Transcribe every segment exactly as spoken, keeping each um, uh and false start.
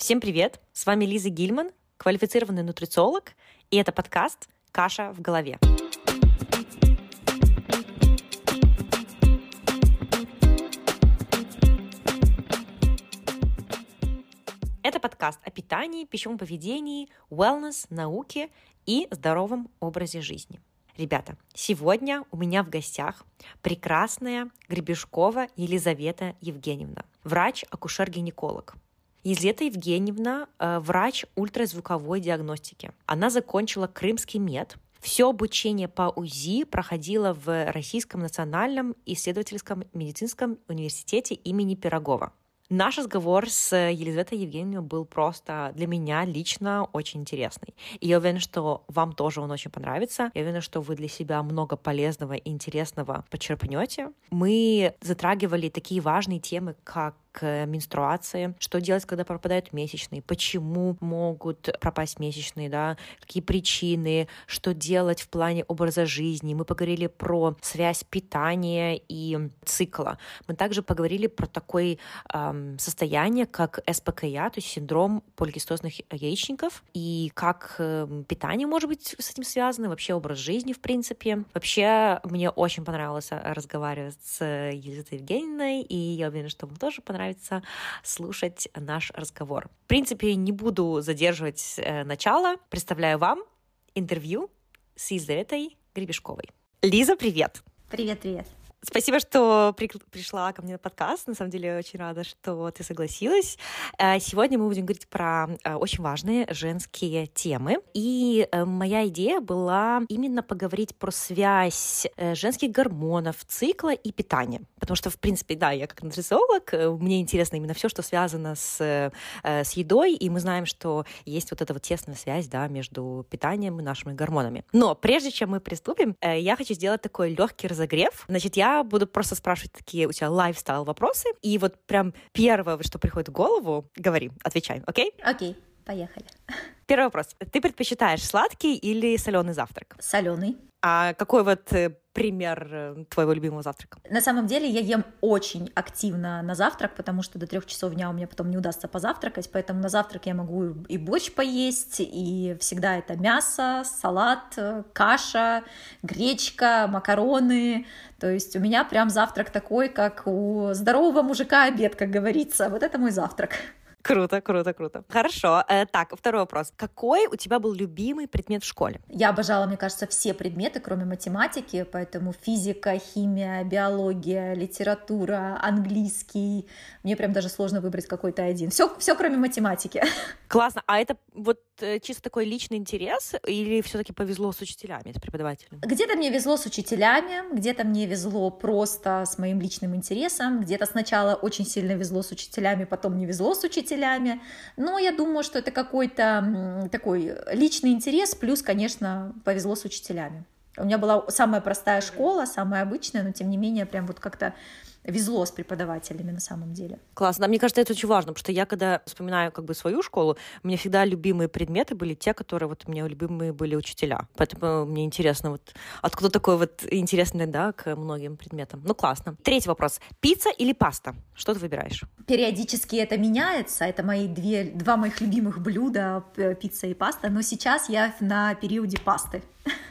Всем привет! С вами Лиза Гильман, квалифицированный нутрициолог, и это подкаст «Каша в голове». Это подкаст о питании, пищевом поведении, wellness, науке и здоровом образе жизни. Ребята, сегодня у меня в гостях прекрасная Гребешкова Елизавета Евгеньевна, врач-акушер-гинеколог. Елизавета Евгеньевна – врач ультразвуковой диагностики. Она закончила Крымский мед. Все обучение по УЗИ проходило в Российском национальном исследовательском медицинском университете имени Пирогова. Наш разговор с Елизаветой Евгеньевной был просто для меня лично очень интересный. И я уверена, что вам тоже он очень понравится. Я уверена, что вы для себя много полезного и интересного почерпнете. Мы затрагивали такие важные темы, как к менструации, что делать, когда пропадают месячные, почему могут пропасть месячные, да, какие причины, что делать в плане образа жизни. Мы поговорили про связь питания и цикла. Мы также поговорили про такое эм, состояние, как эс пэ ка я, то есть синдром поликистозных яичников, и как э, питание может быть с этим связано, вообще образ жизни, в принципе. Вообще, мне очень понравилось разговаривать с Елизаветой Евгеньевной, и я уверена, что вам тоже понравится слушать наш разговор. В принципе, не буду задерживать э, начало. Представляю вам интервью с Елизаветой Гребешковой. Лиза, привет! Привет-привет! Спасибо, что при, пришла ко мне на подкаст. На самом деле, я очень рада, что ты согласилась. Сегодня мы будем говорить про очень важные женские темы. И моя идея была именно поговорить про связь женских гормонов, цикла и питания. Потому что, в принципе, да, я как нутрициолог, мне интересно именно все, что связано с, с едой, и мы знаем, что есть вот эта вот тесная связь, да, между питанием и нашими гормонами. Но прежде чем мы приступим, я хочу сделать такой легкий разогрев. Значит, я буду просто спрашивать такие у тебя лайфстайл-вопросы, и вот прям первое, что приходит в голову, говори, отвечай, окей? Окей, поехали. Первый вопрос. Ты предпочитаешь сладкий или соленый завтрак? Соленый. А какой вот пример твоего любимого завтрака? На самом деле я ем очень активно на завтрак, потому что до трех часов дня у меня потом не удастся позавтракать, поэтому на завтрак я могу и борщ поесть, и всегда это мясо, салат, каша, гречка, макароны. То есть у меня прям завтрак такой, как у здорового мужика обед, как говорится. Вот это мой завтрак. Круто, круто, круто. Хорошо. Э, так, второй вопрос. Какой у тебя был любимый предмет в школе? Я обожала, мне кажется, все предметы, кроме математики, поэтому физика, химия, биология, литература, английский. Мне прям даже сложно выбрать какой-то один. Все, все кроме математики. Классно. А это вот чисто такой личный интерес или все-таки повезло с учителями, с преподавателями? Где-то мне везло с учителями, где-то мне везло просто с моим личным интересом, где-то сначала очень сильно везло с учителями, потом не везло с учителями. Но я думаю, что это какой-то такой личный интерес, плюс, конечно, повезло с учителями. У меня была самая простая школа, самая обычная, но тем не менее прям вот как-то везло с преподавателями на самом деле. Классно. Мне кажется, это очень важно, потому что я, когда вспоминаю как бы свою школу, у меня всегда любимые предметы были те, которые вот у меня любимые были учителя. Поэтому мне интересно, вот откуда такой вот интересный, да, к многим предметам. Ну, классно. Третий вопрос. Пицца или паста? Что ты выбираешь? Периодически это меняется. Это мои две, два моих любимых блюда, пицца и паста. Но сейчас я на периоде пасты.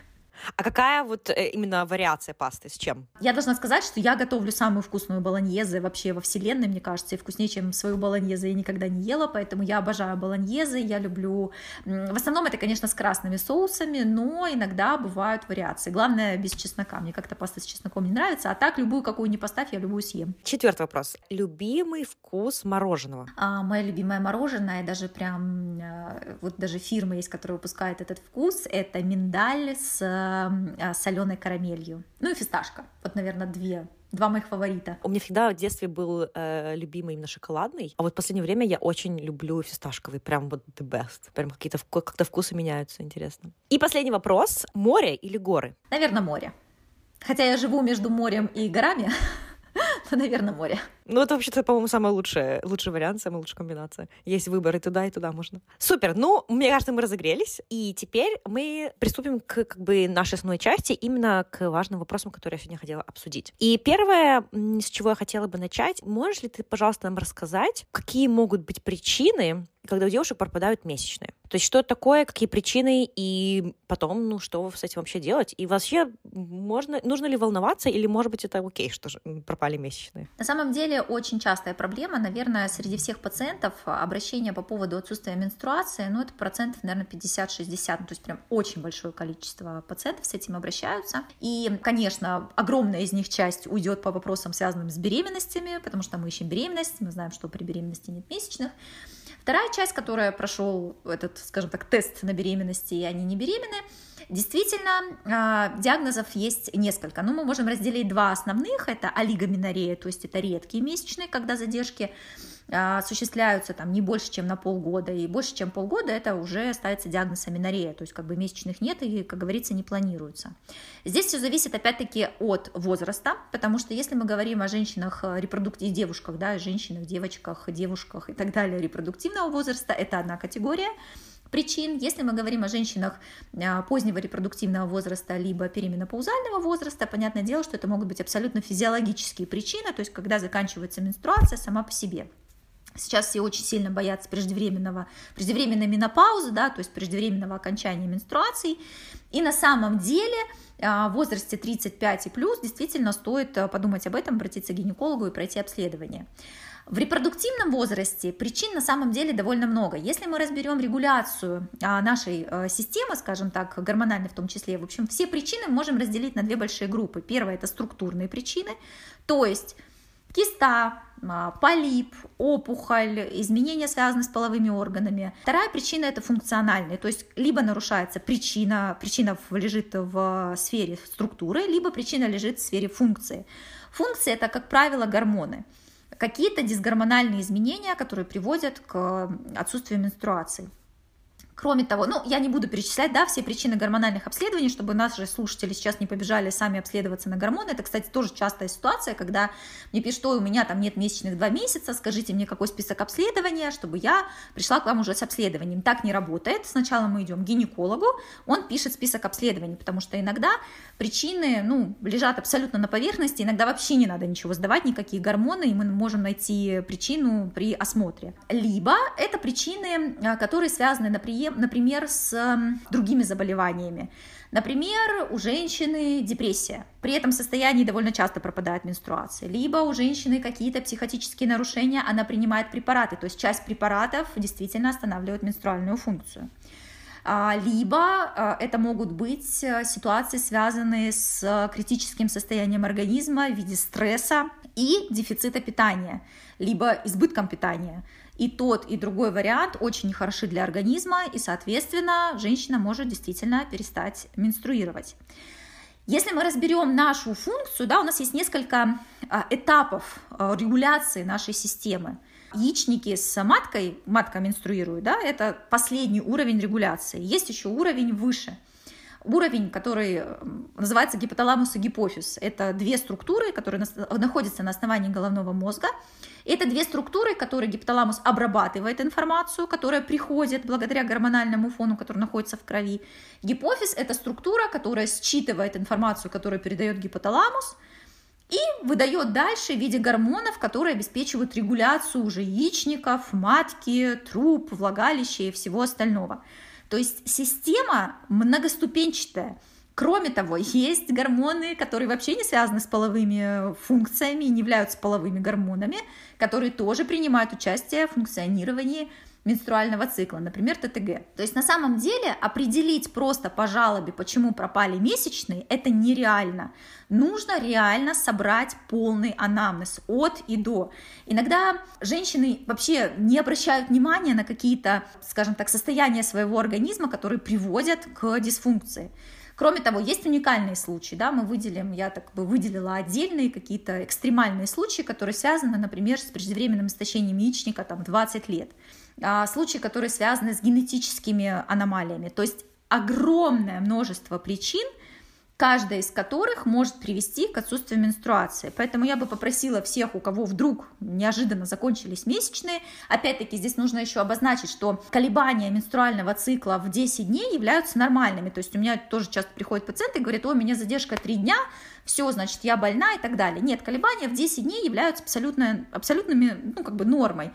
А какая вот именно вариация пасты? С чем? Я должна сказать, что я готовлю самую вкусную болоньезе вообще во вселенной, мне кажется, и вкуснее, чем свою болоньезе я никогда не ела, поэтому я обожаю болоньезе, я люблю... В основном это, конечно, с красными соусами, но иногда бывают вариации. Главное, без чеснока. Мне как-то паста с чесноком не нравится, а так любую, какую ни поставь, я любую съем. Четвертый вопрос. Любимый вкус мороженого? А, мое любимое мороженое, даже прям... Вот даже фирма есть, которая выпускает этот вкус, это миндаль с соленой карамелью. Ну и фисташка. Вот, наверное, две. Два моих фаворита. У меня всегда в детстве был э, любимый именно шоколадный, а вот в последнее время я очень люблю фисташковый. Прям вот the best. Прям какие-то как-то вкусы меняются, интересно. И последний вопрос. Море или горы? Наверное, море. Хотя я живу между морем и горами, то, наверное, море. Ну, это вообще-то, по-моему, самый лучший, лучший вариант, самая лучшая комбинация. Есть выбор и туда, и туда можно. Супер! Ну, мне кажется, мы разогрелись, и теперь мы приступим к как бы нашей основной части, именно к важным вопросам, которые я сегодня хотела обсудить. И первое, с чего я хотела бы начать, можешь ли ты, пожалуйста, нам рассказать, какие могут быть причины когда у девушек пропадают месячные. То есть что это такое, какие причины, и потом, ну, что с этим вообще делать? И вообще, можно, нужно ли волноваться, или, может быть, это окей, что же пропали месячные? На самом деле, очень частая проблема, наверное, среди всех пациентов обращение по поводу отсутствия менструации, ну, это процентов, наверное, пятьдесят-шестьдесят, ну, то есть прям очень большое количество пациентов с этим обращаются. И, конечно, огромная из них часть уйдет по вопросам, связанным с беременностями, потому что мы ищем беременность, мы знаем, что при беременности нет месячных. Вторая часть, которая прошел этот, скажем так, тест на беременности, и они не беременны, действительно, диагнозов есть несколько. Но мы можем разделить два основных. Это олигоменорея, то есть это редкие месячные, когда задержки осуществляются там не больше, чем на полгода, и больше, чем полгода, это уже ставится диагноз аменорея, то есть как бы месячных нет и, как говорится, не планируется. Здесь все зависит опять-таки от возраста, потому что если мы говорим о женщинах репродуктивных, девушках, да, женщинах, девочках, девушках и так далее репродуктивного возраста, это одна категория причин. Если мы говорим о женщинах позднего репродуктивного возраста либо перименопаузального возраста, понятное дело, что это могут быть абсолютно физиологические причины, то есть когда заканчивается менструация сама по себе. Сейчас все очень сильно боятся преждевременного, преждевременной менопаузы, да, то есть преждевременного окончания менструаций. И на самом деле в возрасте тридцать пять и плюс действительно стоит подумать об этом, обратиться к гинекологу и пройти обследование. В репродуктивном возрасте причин на самом деле довольно много. Если мы разберем регуляцию нашей системы, скажем так, гормональной в том числе, в общем, все причины мы можем разделить на две большие группы. Первая – это структурные причины, то есть киста, полип, опухоль, изменения, связанные с половыми органами. Вторая причина – это функциональные, то есть либо нарушается причина, причина лежит в сфере структуры, либо причина лежит в сфере функции. Функция – это, как правило, гормоны. Какие-то дисгормональные изменения, которые приводят к отсутствию менструации. Кроме того, ну, я не буду перечислять, да, все причины гормональных обследований, чтобы наши слушатели сейчас не побежали сами обследоваться на гормоны. Это, кстати, тоже частая ситуация, когда мне пишут, что у меня там нет месячных два месяца, скажите мне, какой список обследования, чтобы я пришла к вам уже с обследованием. Так не работает. Сначала мы идем к гинекологу, он пишет список обследований, потому что иногда причины, ну, лежат абсолютно на поверхности, иногда вообще не надо ничего сдавать, никакие гормоны, и мы можем найти причину при осмотре. Либо это причины, которые связаны, например, например, с другими заболеваниями. Например, у женщины депрессия. При этом состоянии довольно часто пропадает менструация. Либо у женщины какие-то психотические нарушения, она принимает препараты, то есть часть препаратов действительно останавливает менструальную функцию. Либо это могут быть ситуации, связанные с критическим состоянием организма в виде стресса и дефицита питания, либо избытком питания. И тот, и другой вариант очень нехороши для организма, и, соответственно, женщина может действительно перестать менструировать. Если мы разберем нашу функцию, да, у нас есть несколько этапов регуляции нашей системы. Яичники с маткой, матка менструирует, да, это последний уровень регуляции. Есть еще уровень выше. Уровень, который называется гипоталамус и гипофиз. Это две структуры, которые находятся на основании головного мозга. Это две структуры, которые гипоталамус обрабатывает информацию, которая приходит благодаря гормональному фону, который находится в крови. Гипофиз – это структура, которая считывает информацию, которую передает гипоталамус, и выдает дальше в виде гормонов, которые обеспечивают регуляцию уже яичников, матки, труб, влагалища и всего остального. То есть система многоступенчатая. Кроме того, есть гормоны, которые вообще не связаны с половыми функциями и не являются половыми гормонами, которые тоже принимают участие в функционировании менструального цикла, например, тэ тэ гэ. То есть на самом деле определить просто по жалобе, почему пропали месячные, это нереально. Нужно реально собрать полный анамнез от и до. Иногда женщины вообще не обращают внимания на какие-то, скажем так, состояния своего организма, которые приводят к дисфункции. Кроме того, есть уникальные случаи, да, мы выделим, я так бы выделила отдельные какие-то экстремальные случаи, которые связаны, например, с преждевременным истощением яичника там, в двадцать лет. А, случаи, которые связаны с генетическими аномалиями. То есть огромное множество причин, каждая из которых может привести к отсутствию менструации. Поэтому я бы попросила всех, у кого вдруг неожиданно закончились месячные, опять-таки здесь нужно еще обозначить, что колебания менструального цикла в десять дней являются нормальными. То есть у меня тоже часто приходят пациенты и говорят, о, у меня задержка три дня, все, значит, я больна и так далее. Нет, колебания в десять дней являются абсолютно, абсолютными, ну, как бы нормой.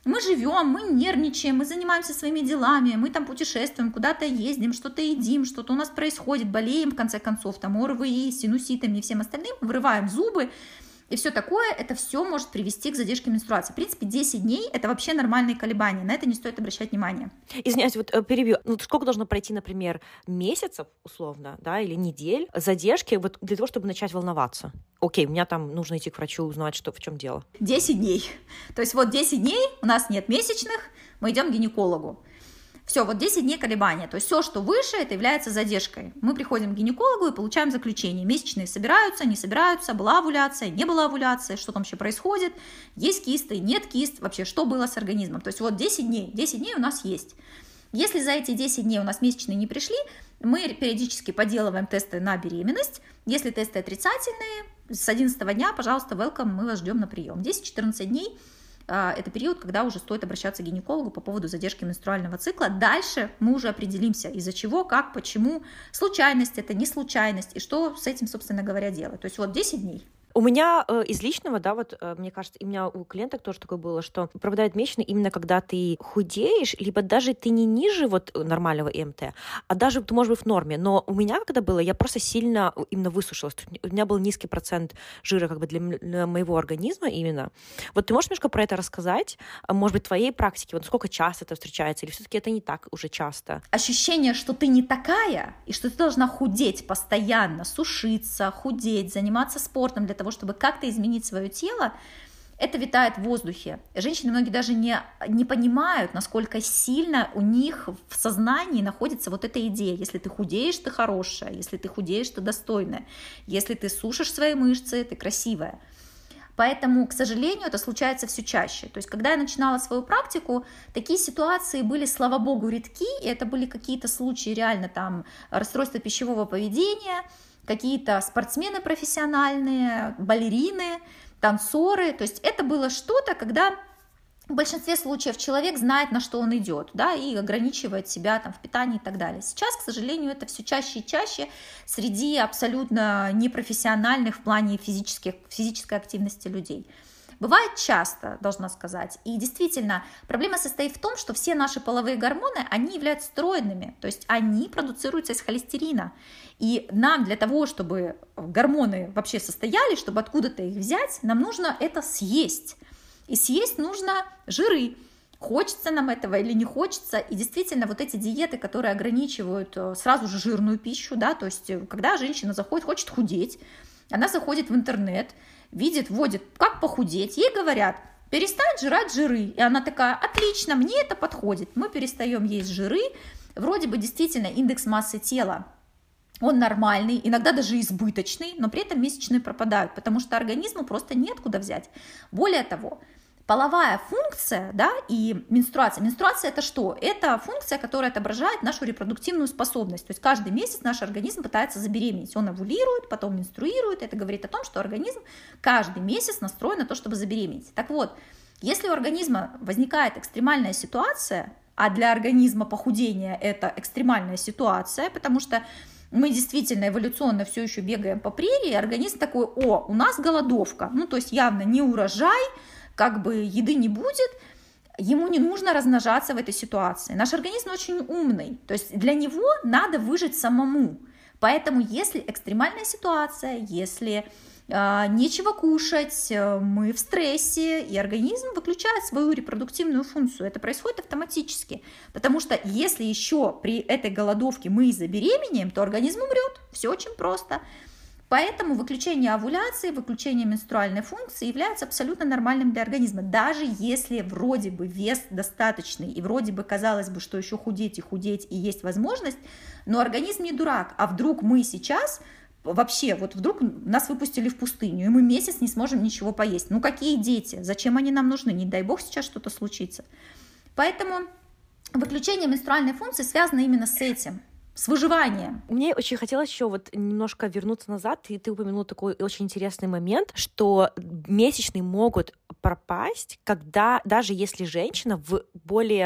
Мы живем, мы нервничаем, мы занимаемся своими делами, мы там путешествуем, куда-то ездим, что-то едим, что-то у нас происходит, болеем, в конце концов, там ОРВИ, синуситами и всем остальным, вырываем зубы, и все такое, это все может привести к задержке менструации. В принципе, десять дней – это вообще нормальные колебания, на это не стоит обращать внимание. Извиняюсь, вот перебью. Ну, сколько должно пройти, например, месяцев, условно, да, или недель задержки вот для того, чтобы начать волноваться? Окей, у меня там нужно идти к врачу, узнать, что, в чем дело. десять дней. То есть вот десять дней, у нас нет месячных, мы идем к гинекологу. Все, вот десять дней колебания, то есть все, что выше, это является задержкой. Мы приходим к гинекологу и получаем заключение. Месячные собираются, не собираются, была овуляция, не была овуляция, что там вообще происходит, есть кисты, нет кист, вообще что было с организмом. То есть вот десять дней, десять дней у нас есть. Если за эти десять дней у нас месячные не пришли, мы периодически поделываем тесты на беременность. Если тесты отрицательные, с одиннадцатого дня, пожалуйста, welcome, мы вас ждем на прием. десять-четырнадцать дней – это период, когда уже стоит обращаться к гинекологу по поводу задержки менструального цикла. Дальше мы уже определимся, из-за чего, как, почему, случайность это, не случайность, и что с этим, собственно говоря, делать. То есть вот десять дней. У меня э, из личного, да, вот, э, мне кажется, и у меня у клиенток тоже такое было, что пропадают месячные именно когда ты худеешь, либо даже ты не ниже вот нормального ИМТ, а даже ты можешь быть в норме. Но у меня, когда было, я просто сильно именно высушилась. У меня был низкий процент жира как бы для, для моего организма именно. Вот ты можешь немножко про это рассказать? Может быть, в твоей практике, вот сколько часто это встречается, или все-таки это не так уже часто? Ощущение, что ты не такая, и что ты должна худеть постоянно, сушиться, худеть, заниматься спортом для того, чтобы как-то изменить свое тело, это витает в воздухе. Женщины многие даже не, не понимают, насколько сильно у них в сознании находится вот эта идея. Если ты худеешь, ты хорошая, если ты худеешь, ты достойная, если ты сушишь свои мышцы, ты красивая. Поэтому, к сожалению, это случается все чаще. То есть, когда я начинала свою практику, такие ситуации были, слава богу, редки, и это были какие-то случаи реально там расстройства пищевого поведения, какие-то спортсмены профессиональные, балерины, танцоры. То есть это было что-то, когда в большинстве случаев человек знает, на что он идет, да, и ограничивает себя там в питании и так далее. Сейчас, к сожалению, это все чаще и чаще среди абсолютно непрофессиональных в плане физических, физической активности людей. Бывает часто, должна сказать, и действительно проблема состоит в том, что все наши половые гормоны, они являются стероидными, то есть они продуцируются из холестерина, и нам для того, чтобы гормоны вообще состояли, чтобы откуда-то их взять, нам нужно это съесть, и съесть нужно жиры. Хочется нам этого или не хочется, и действительно вот эти диеты, которые ограничивают сразу же жирную пищу, да, то есть когда женщина заходит, хочет худеть, она заходит в интернет, видит, вводит, как похудеть, ей говорят, перестань жрать жиры, и она такая, отлично, мне это подходит, мы перестаем есть жиры, вроде бы действительно индекс массы тела, он нормальный, иногда даже избыточный, но при этом месячные пропадают, потому что организму просто нет куда взять. Более того, половая функция, да, и менструация. Менструация это что? Это функция, которая отображает нашу репродуктивную способность. То есть каждый месяц наш организм пытается забеременеть. Он овулирует, потом менструирует. Это говорит о том, что организм каждый месяц настроен на то, чтобы забеременеть. Так вот, если у организма возникает экстремальная ситуация, а для организма похудение это экстремальная ситуация, потому что мы действительно эволюционно все еще бегаем по прерии, организм такой, о, у нас голодовка, ну то есть явно не урожай, как бы еды не будет, ему не нужно размножаться в этой ситуации. Наш организм очень умный, то есть для него надо выжить самому. Поэтому если экстремальная ситуация, если э, нечего кушать, э, мы в стрессе, и организм выключает свою репродуктивную функцию. Это происходит автоматически, потому что если еще при этой голодовке мы забеременеем, то организм умрет. Все очень просто. Поэтому выключение овуляции, выключение менструальной функции является абсолютно нормальным для организма. Даже если вроде бы вес достаточный, и вроде бы казалось бы, что еще худеть и худеть, и есть возможность, но организм не дурак. А вдруг мы сейчас вообще, вот вдруг нас выпустили в пустыню, и мы месяц не сможем ничего поесть. Ну какие дети? Зачем они нам нужны? Не дай бог сейчас что-то случится. Поэтому выключение менструальной функции связано именно с этим. С выживанием. Мне очень хотелось еще вот немножко вернуться назад, и ты упомянул такой очень интересный момент, что месячные могут пропасть, когда даже если женщина в более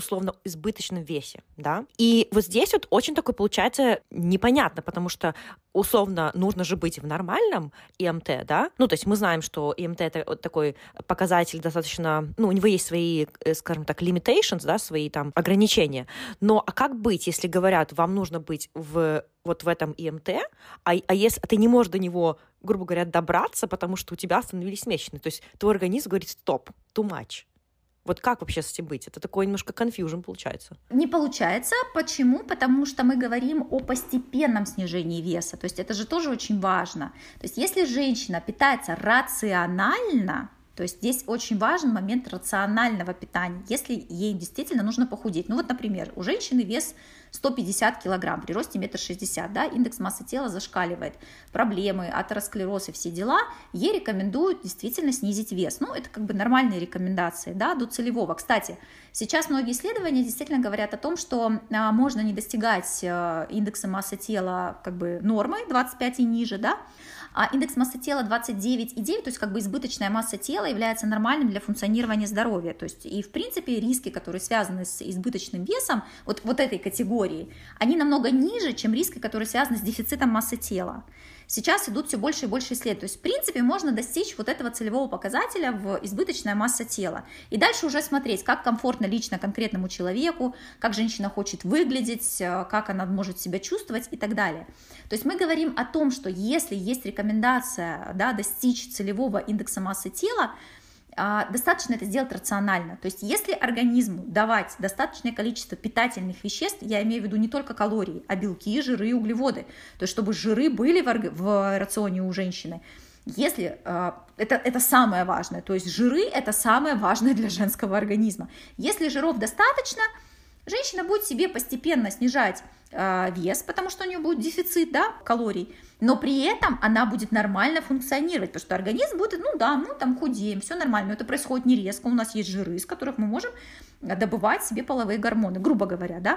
условно избыточном весе, да. И вот здесь вот очень такой получается непонятно, потому что условно нужно же быть в нормальном И Эм Тэ, да. Ну, то есть мы знаем, что И Эм Тэ — это вот такой показатель достаточно, ну, у него есть свои, скажем так, limitations, да, свои там ограничения. Но а как быть, если говорят, вам нужно быть в вот в этом И Эм Тэ, а, а если ты не можешь до него, грубо говоря, добраться, потому что у тебя остановились месячные, то есть твой организм говорит стоп, too much. Вот как вообще с этим быть? Это такой немножко confusion получается. Не получается. Почему? Потому что мы говорим о постепенном снижении веса. То есть это же тоже очень важно. То есть если женщина питается рационально, то есть здесь очень важен момент рационального питания, если ей действительно нужно похудеть. Ну вот, например, у женщины вес сто пятьдесят килограмм при росте метр шестьдесят, да, индекс массы тела зашкаливает, проблемы, атеросклероз и все дела, ей рекомендуют действительно снизить вес. Ну, это как бы нормальные рекомендации, да, до целевого. Кстати, сейчас многие исследования действительно говорят о том, что а, можно не достигать а, индекса массы тела как бы нормы двадцать пять и ниже, да, а индекс массы тела двадцать девять и девять, то есть как бы избыточная масса тела является нормальным для функционирования здоровья. То есть и в принципе риски, которые связаны с избыточным весом, вот, вот этой категории, они намного ниже, чем риски, которые связаны с дефицитом массы тела. Сейчас идут все больше и больше исследований. То есть, в принципе, можно достичь вот этого целевого показателя в избыточная масса тела. И дальше уже смотреть, как комфортно лично конкретному человеку, как женщина хочет выглядеть, как она может себя чувствовать и так далее. То есть мы говорим о том, что если есть рекомендация, да, достичь целевого индекса массы тела, достаточно это сделать рационально. То есть если организму давать достаточное количество питательных веществ, я имею в виду не только калории, а белки, жиры и углеводы, то есть чтобы жиры были в, орг... в рационе у женщины. Если это, это самое важное, то есть жиры — это самое важное для женского организма. Если жиров достаточно, женщина будет себе постепенно снижать вес, потому что у нее будет дефицит, да, калорий, но при этом она будет нормально функционировать, потому что организм будет, ну да, мы там худеем, все нормально, но это происходит не резко, у нас есть жиры, из которых мы можем добывать себе половые гормоны, грубо говоря, да.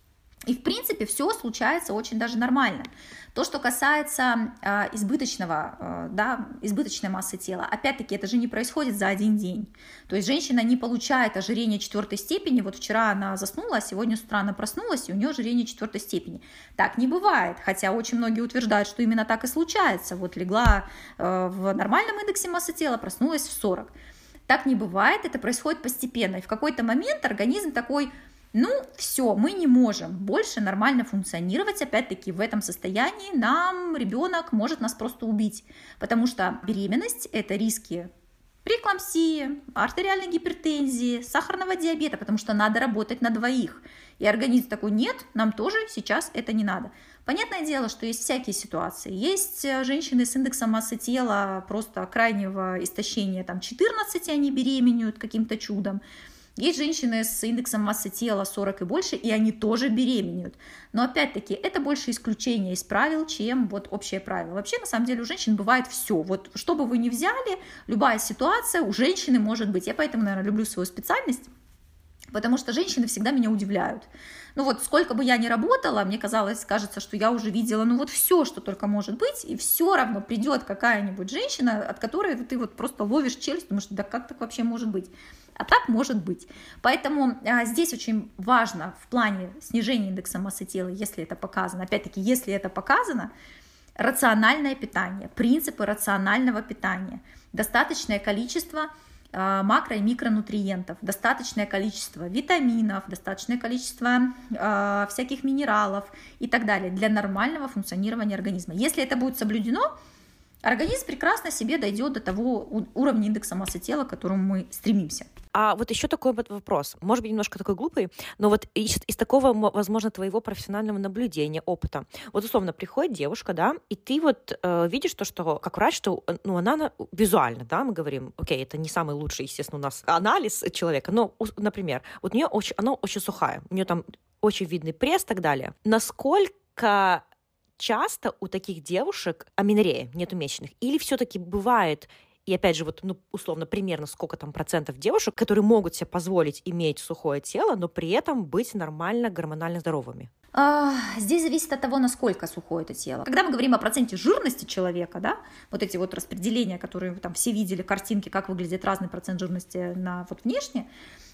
И, в принципе, все случается очень даже нормально. То, что касается э, избыточного, э, да, избыточной массы тела, опять-таки, это же не происходит за один день. То есть женщина не получает ожирение четвертой степени. Вот вчера она заснула, а сегодня с утра она проснулась, и у нее ожирение четвертой степени. Так не бывает, хотя очень многие утверждают, что именно так и случается. Вот легла э, в нормальном индексе массы тела, проснулась в сорок. Так не бывает, это происходит постепенно. И в какой-то момент организм такой... Ну, все, мы не можем больше нормально функционировать, опять-таки, в этом состоянии нам ребенок может нас просто убить, потому что беременность – это риски преэклампсии, артериальной гипертензии, сахарного диабета, потому что надо работать на двоих. И организм такой: нет, нам тоже сейчас это не надо. Понятное дело, что есть всякие ситуации. Есть женщины с индексом массы тела просто крайнего истощения, там четырнадцать, они беременеют каким-то чудом. Есть женщины с индексом массы тела сорок и больше, и они тоже беременеют. Но опять-таки это больше исключение из правил, чем вот общее правило. Вообще, на самом деле, у женщин бывает все. Вот что бы вы ни взяли, любая ситуация у женщины может быть. Я поэтому, наверное, люблю свою специальность, потому что женщины всегда меня удивляют. Ну вот сколько бы я ни работала, мне казалось, кажется, что я уже видела, ну вот все, что только может быть, и все равно придет какая-нибудь женщина, от которой ты вот просто ловишь челюсть, думаешь, да как так вообще может быть? А так может быть. Поэтому а, здесь очень важно в плане снижения индекса массы тела, если это показано, опять-таки, если это показано, рациональное питание, принципы рационального питания, достаточное количество а, макро- и микронутриентов, достаточное количество витаминов, достаточное количество а, всяких минералов и так далее для нормального функционирования организма. Если это будет соблюдено, организм прекрасно себе дойдет до того уровня индекса массы тела, к которому мы стремимся. А вот еще такой вот вопрос, может быть, немножко такой глупый, но вот из, из такого, возможно, твоего профессионального наблюдения, опыта, вот условно приходит девушка, да, и ты вот э, видишь то, что как врач, что, ну, она визуально, да, мы говорим, окей, это не самый лучший, естественно, у нас анализ человека, но, например, вот у нее очень, она очень сухая, у нее там очень видный пресс и так далее. Насколько часто у таких девушек аменорея, нету месячных, или все-таки бывает... И опять же, вот, ну, условно, примерно сколько там процентов девушек, которые могут себе позволить иметь сухое тело, но при этом быть нормально гормонально здоровыми? А, здесь зависит от того, насколько сухое это тело. Когда мы говорим о проценте жирности человека, да, вот эти вот распределения, которые там все видели, картинки, как выглядит разный процент жирности на вот внешне,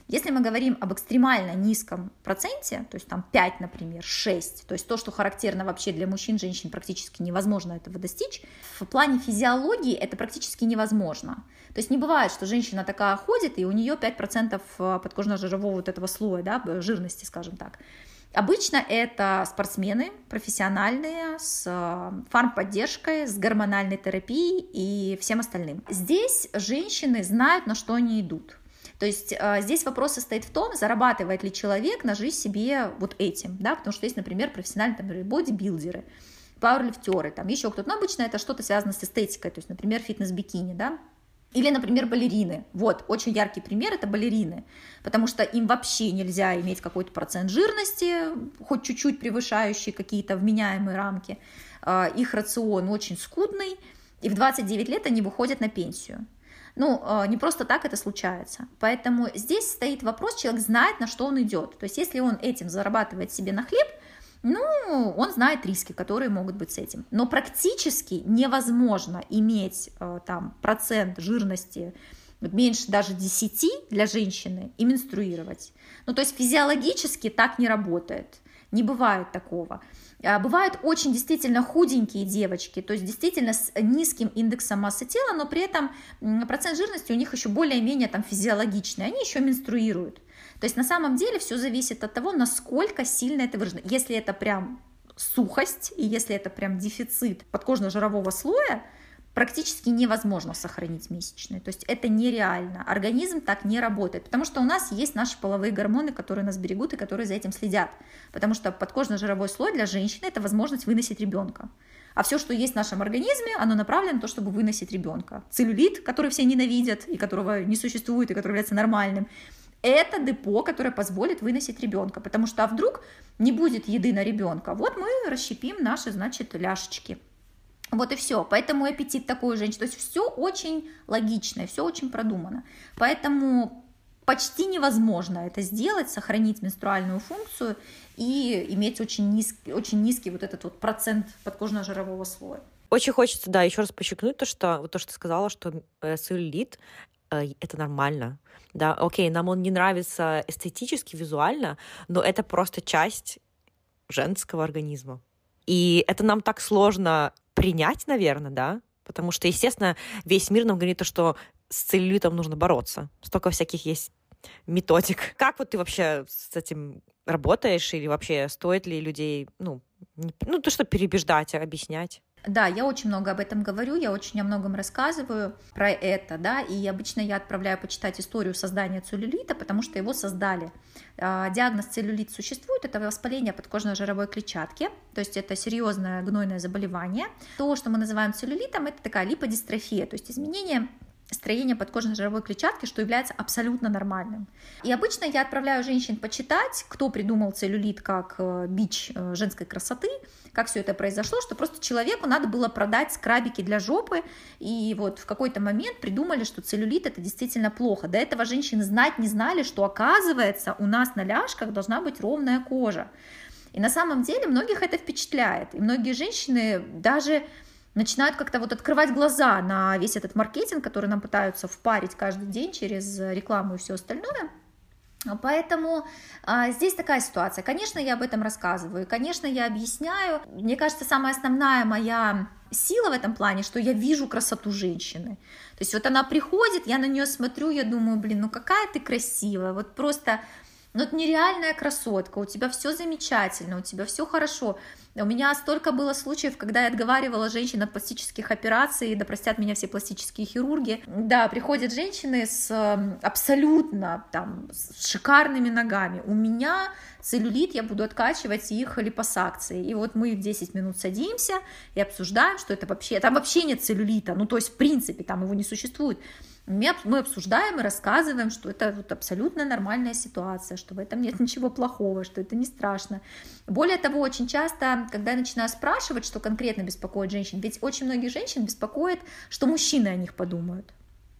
Если мы говорим об экстремально низком проценте, то есть там пять, например, шесть, то есть то, что характерно вообще для мужчин, женщин, практически невозможно этого достичь, в плане физиологии это практически невозможно. То есть не бывает, что женщина такая ходит, и у нее пять процентов подкожно-жирового вот этого слоя, да, жирности, скажем так. Обычно это спортсмены профессиональные, с фармподдержкой, с гормональной терапией и всем остальным. Здесь женщины знают, на что они идут. То есть э, здесь вопрос состоит в том, зарабатывает ли человек на жизнь себе вот этим, да, потому что есть, например, профессиональные там, бодибилдеры, пауэрлифтеры, там еще кто-то, но обычно это что-то связано с эстетикой, то есть, например, фитнес-бикини, да, или, например, балерины. Вот, очень яркий пример – это балерины, потому что им вообще нельзя иметь какой-то процент жирности, хоть чуть-чуть превышающий какие-то вменяемые рамки, э, их рацион очень скудный, и в двадцать девять лет они выходят на пенсию. Ну, не просто так это случается. Поэтому здесь стоит вопрос, человек знает, на что он идет. То есть если он этим зарабатывает себе на хлеб, ну, он знает риски, которые могут быть с этим. Но практически невозможно иметь там процент жирности меньше даже десяти для женщины и менструировать. Ну, то есть физиологически так не работает. Не бывает такого. Бывают очень действительно худенькие девочки, то есть действительно с низким индексом массы тела, но при этом процент жирности у них еще более-менее там физиологичный, они еще менструируют. То есть на самом деле все зависит от того, насколько сильно это выражено. Если это прям сухость и если это прям дефицит подкожно-жирового слоя, практически невозможно сохранить месячные. То есть это нереально. Организм так не работает, потому что у нас есть наши половые гормоны, которые нас берегут и которые за этим следят. Потому что подкожно-жировой слой для женщины – это возможность выносить ребенка. А все, что есть в нашем организме, оно направлено на то, чтобы выносить ребенка. Целлюлит, который все ненавидят и которого не существует, и который является нормальным, это депо, которое позволит выносить ребенка. Потому что а вдруг не будет еды на ребенка? Вот мы расщепим наши, значит, ляшечки. Вот и все. Поэтому аппетит такой у женщины. То есть все очень логично, все очень продумано. Поэтому почти невозможно это сделать, сохранить менструальную функцию и иметь очень низкий, очень низкий вот этот вот процент подкожно-жирового слоя. Очень хочется, да, еще раз подчеркнуть то, что вот то, что ты сказала, что э, целлюлит э, это нормально. Да, окей, нам он не нравится эстетически, визуально, но это просто часть женского организма. И это нам так сложно принять, наверное, да, потому что, естественно, весь мир нам говорит, что с целлюлитом нужно бороться. Столько всяких есть методик. Как вот ты вообще с этим работаешь или вообще стоит ли людей, ну, не, ну то, что переубеждать, объяснять? Да, я очень много об этом говорю, я очень о многом рассказываю про это, да, и обычно я отправляю почитать историю создания целлюлита, потому что его создали. Диагноз целлюлит существует, это воспаление подкожно-жировой клетчатки, то есть это серьезное гнойное заболевание. То, что мы называем целлюлитом, это такая липодистрофия, то есть изменение строение подкожно-жировой клетчатки, что является абсолютно нормальным. И обычно я отправляю женщин почитать, кто придумал целлюлит как бич женской красоты, как все это произошло, что просто человеку надо было продать скрабики для жопы, и вот в какой-то момент придумали, что целлюлит это действительно плохо. До этого женщины знать не знали, что оказывается у нас на ляжках должна быть ровная кожа. И на самом деле многих это впечатляет, и многие женщины даже начинают как-то вот открывать глаза на весь этот маркетинг, который нам пытаются впарить каждый день через рекламу и все остальное. Поэтому а, здесь такая ситуация. Конечно, я об этом рассказываю, конечно, я объясняю. Мне кажется, самая основная моя сила в этом плане, что я вижу красоту женщины. То есть вот она приходит, я на нее смотрю, я думаю, блин, ну какая ты красивая, вот просто... Ну, это нереальная красотка, у тебя все замечательно, у тебя все хорошо. У меня столько было случаев, когда я отговаривала женщин от пластических операций, да простят меня все пластические хирурги. Да, приходят женщины с абсолютно там, с шикарными ногами. У меня целлюлит, я буду откачивать их липосакцией. И вот мы в десять минут садимся и обсуждаем, что это вообще... Там вообще нет целлюлита, ну то есть в принципе там его не существует. Мы обсуждаем и рассказываем, что это вот абсолютно нормальная ситуация, что в этом нет ничего плохого, что это не страшно. Более того, очень часто, когда я начинаю спрашивать, что конкретно беспокоит женщин, ведь очень многих женщин беспокоит, что мужчины о них подумают. В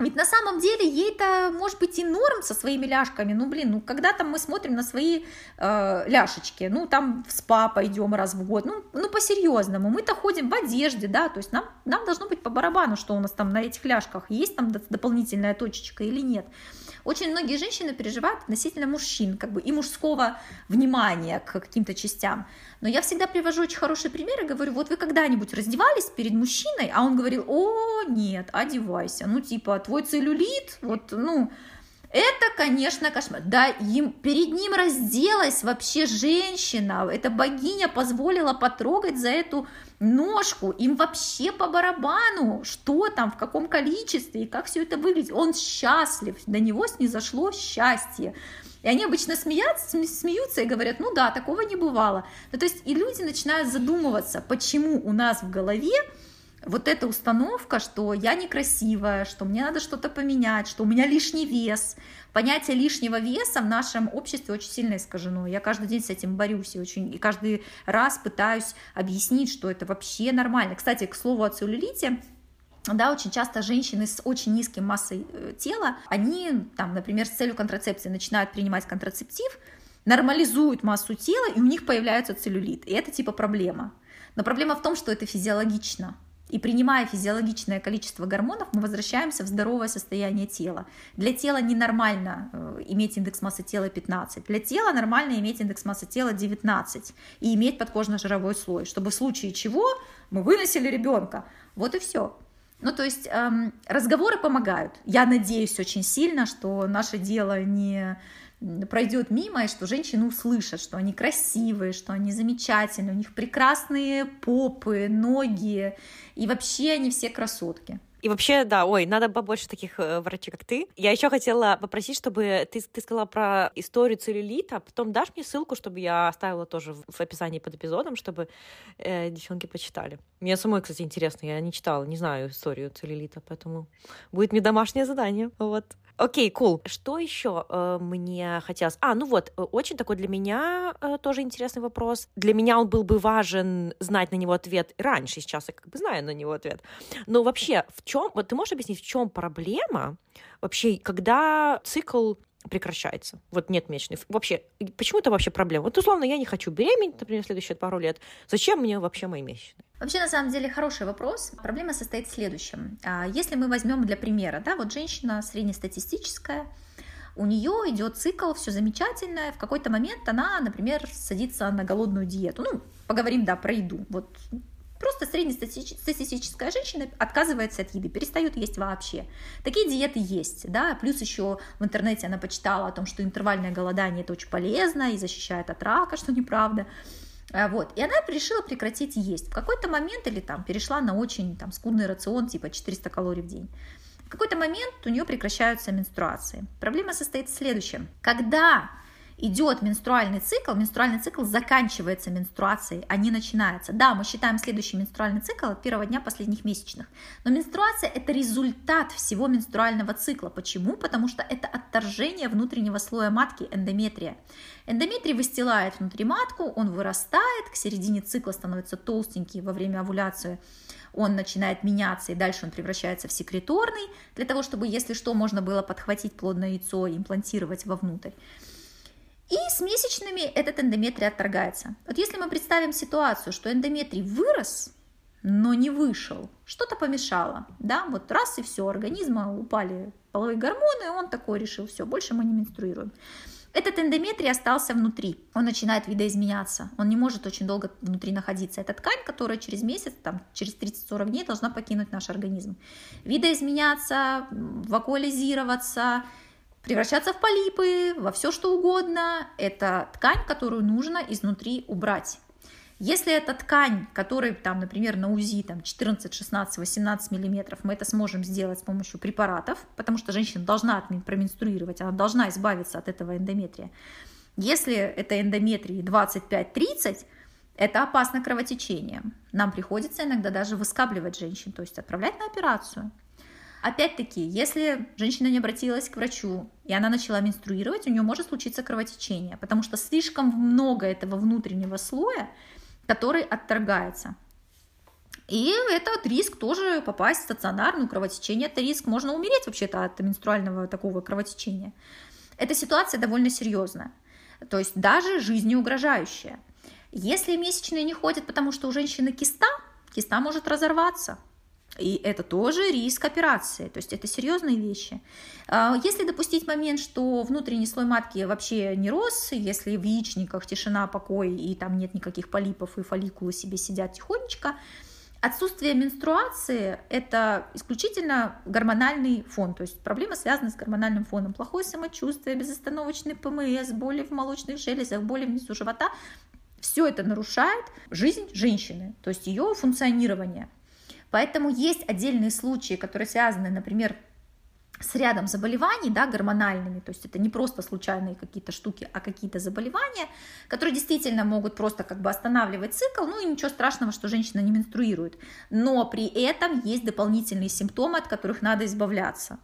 Ведь на самом деле ей-то может быть и норм со своими ляжками. Ну, блин, ну когда там мы смотрим на свои э, ляшечки, ну там в спа пойдем раз в год, ну, ну по-серьезному. Мы-то ходим в одежде, да, то есть нам, нам должно быть по барабану, что у нас там на этих ляжках, есть там дополнительная точечка или нет. Очень многие женщины переживают относительно мужчин, как бы и мужского внимания к каким-то частям. Но я всегда привожу очень хороший пример и говорю, вот вы когда-нибудь раздевались перед мужчиной, а он говорил, о, нет, одевайся, ну типа твой целлюлит, вот, ну, это, конечно, кошмар. Да, им, перед ним разделась вообще женщина, эта богиня позволила потрогать за эту ножку, им вообще по барабану, что там, в каком количестве и как все это выглядит. Он счастлив, до него снизошло счастье. И они обычно смеются, смеются и говорят, ну да, такого не бывало. Ну, то есть и люди начинают задумываться, почему у нас в голове вот эта установка, что я некрасивая, что мне надо что-то поменять, что у меня лишний вес. Понятие лишнего веса в нашем обществе очень сильно искажено. Я каждый день с этим борюсь и, очень, и каждый раз пытаюсь объяснить, что это вообще нормально. Кстати, к слову о целлюлите, да, очень часто женщины с очень низкой массой тела, они, там, например, с целью контрацепции начинают принимать контрацептив, нормализуют массу тела, и у них появляется целлюлит. И это типа проблема. Но проблема в том, что это физиологично. И принимая физиологичное количество гормонов, мы возвращаемся в здоровое состояние тела. Для тела ненормально иметь индекс массы тела пятнадцать. Для тела нормально иметь индекс массы тела девятнадцать и иметь подкожно-жировой слой, чтобы в случае чего мы выносили ребенка. Вот и все. Ну, то есть эм, разговоры помогают. Я надеюсь очень сильно, что наше дело не пройдет мимо, и что женщины услышат, что они красивые, что они замечательные, у них прекрасные попы, ноги, и вообще они все красотки. И вообще, да, ой, надо побольше таких э, врачей, как ты. Я еще хотела попросить, чтобы ты, ты сказала про историю целлюлита, потом дашь мне ссылку, чтобы я оставила тоже в, в описании под эпизодом, чтобы э, девчонки почитали. Мне самой, кстати, интересно, я не читала, не знаю историю целлюлита, поэтому будет мне домашнее задание, вот. Окей, кул. Cool. Что еще э, мне хотелось? А, ну вот, очень такой для меня э, тоже интересный вопрос. Для меня он был бы важен знать на него ответ раньше, сейчас я как бы знаю на него ответ. Но вообще, в чем, вот ты можешь объяснить, в чем проблема вообще, когда цикл прекращается? Вот нет месячных. Вообще, почему это вообще проблема? Вот условно, я не хочу беременеть, например, в следующие пару лет. Зачем мне вообще мои месячные? Вообще, на самом деле, хороший вопрос. Проблема состоит в следующем. Если мы возьмем для примера, да, вот женщина среднестатистическая, у нее идет цикл, все замечательно, в какой-то момент она, например, садится на голодную диету. Ну, поговорим, да, про еду. Вот просто среднестатистическая женщина отказывается от еды, перестает есть вообще. Такие диеты есть, да, плюс еще в интернете она почитала о том, что интервальное голодание это очень полезно и защищает от рака, что неправда. Вот. И она решила прекратить есть. В какой-то момент или там перешла на очень там, скудный рацион, типа четыреста калорий в день. В какой-то момент у нее прекращаются менструации. Проблема состоит в следующем. Когда идет менструальный цикл, менструальный цикл заканчивается менструацией, а не начинается. Да, мы считаем следующий менструальный цикл от первого дня последних месячных, но менструация – это результат всего менструального цикла. Почему? Потому что это отторжение внутреннего слоя матки, эндометрия. Эндометрий выстилает внутри матку, он вырастает, к середине цикла становится толстенький во время овуляции, он начинает меняться, и дальше он превращается в секреторный, для того, чтобы, если что, можно было подхватить плодное яйцо и имплантировать вовнутрь. И с месячными этот эндометрий отторгается. Вот если мы представим ситуацию, что эндометрий вырос, но не вышел, что-то помешало, да, вот раз и все, организма упали половые гормоны, он такой решил, все, больше мы не менструируем. Этот эндометрий остался внутри, он начинает видоизменяться, он не может очень долго внутри находиться. Это ткань, которая через месяц, там, через тридцать-сорок дней должна покинуть наш организм. Видоизменяться, вакуализироваться, превращаться в полипы, во все что угодно. Это ткань, которую нужно изнутри убрать. Если это ткань, которая, там, например, на УЗИ там, четырнадцать, шестнадцать, восемнадцать миллиметров, мы это сможем сделать с помощью препаратов, потому что женщина должна променструировать, она должна избавиться от этого эндометрия. Если это эндометрий двадцать пять тридцать, это опасно кровотечением. Нам приходится иногда даже выскабливать женщин, то есть отправлять на операцию. Опять-таки, если женщина не обратилась к врачу, и она начала менструировать, у нее может случиться кровотечение, потому что слишком много этого внутреннего слоя, который отторгается. И этот риск тоже попасть в стационарную кровотечение. Это риск, можно умереть вообще-то от менструального такого кровотечения. Эта ситуация довольно серьезная, то есть даже жизнеугрожающая. Если месячные не ходят, потому что у женщины киста, киста может разорваться. И это тоже риск операции, то есть это серьезные вещи. Если допустить момент, что внутренний слой матки вообще не рос, если в яичниках тишина, покой и там нет никаких полипов и фолликулы себе сидят тихонечко, отсутствие менструации – это исключительно гормональный фон, то есть проблема связана с гормональным фоном. Плохое самочувствие, безостановочный ПМС, боли в молочных железах, боли внизу живота – все это нарушает жизнь женщины, то есть ее функционирование. Поэтому есть отдельные случаи, которые связаны, например, с рядом заболеваний, да, гормональными, то есть это не просто случайные какие-то штуки, а какие-то заболевания, которые действительно могут просто как бы останавливать цикл, ну и ничего страшного, что женщина не менструирует, но при этом есть дополнительные симптомы, от которых надо избавляться.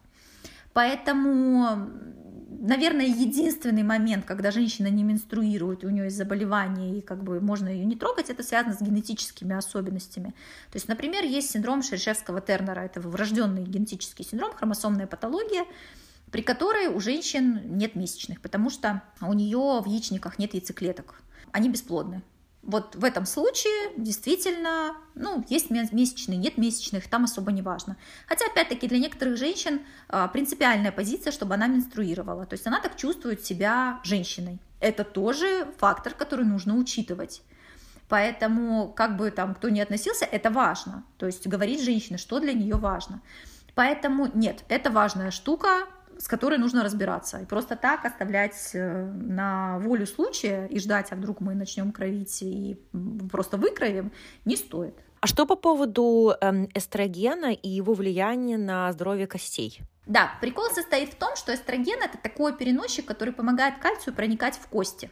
Поэтому, наверное, единственный момент, когда женщина не менструирует, у нее есть заболевание, и как бы можно ее не трогать, это связано с генетическими особенностями. То есть, например, есть синдром Шерешевского-Тернера, это врожденный генетический синдром, хромосомная патология, при которой у женщин нет месячных, потому что у нее в яичниках нет яйцеклеток, они бесплодны. Вот в этом случае действительно, ну, есть месячные, нет месячных, там особо не важно. Хотя, опять-таки, для некоторых женщин принципиальная позиция, чтобы она менструировала. То есть она так чувствует себя женщиной. Это тоже фактор, который нужно учитывать. Поэтому, как бы там кто ни относился, это важно. То есть говорить женщине, что для нее важно. Поэтому нет, это важная штука, с которой нужно разбираться. И просто так оставлять на волю случая и ждать, а вдруг мы начнем кровить и просто выкроим, не стоит. А что по поводу эстрогена и его влияния на здоровье костей? Да, прикол состоит в том, что эстроген – это такой переносчик, который помогает кальцию проникать в кости.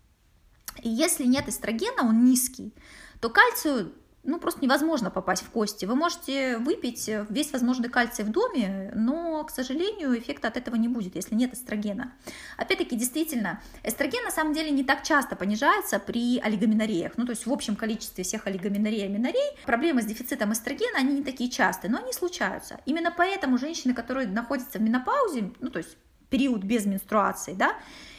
И если нет эстрогена, он низкий, то кальцию ну, просто невозможно попасть в кости. Вы можете выпить весь возможный кальций в доме, но, к сожалению, эффекта от этого не будет, если нет эстрогена. Опять-таки, действительно, эстроген на самом деле не так часто понижается при олигоменореях. Ну, то есть в общем количестве всех олигоменорей и аменорей проблемы с дефицитом эстрогена, они не такие частые, но они случаются. Именно поэтому женщины, которые находятся в менопаузе, ну, то есть период без менструации, да,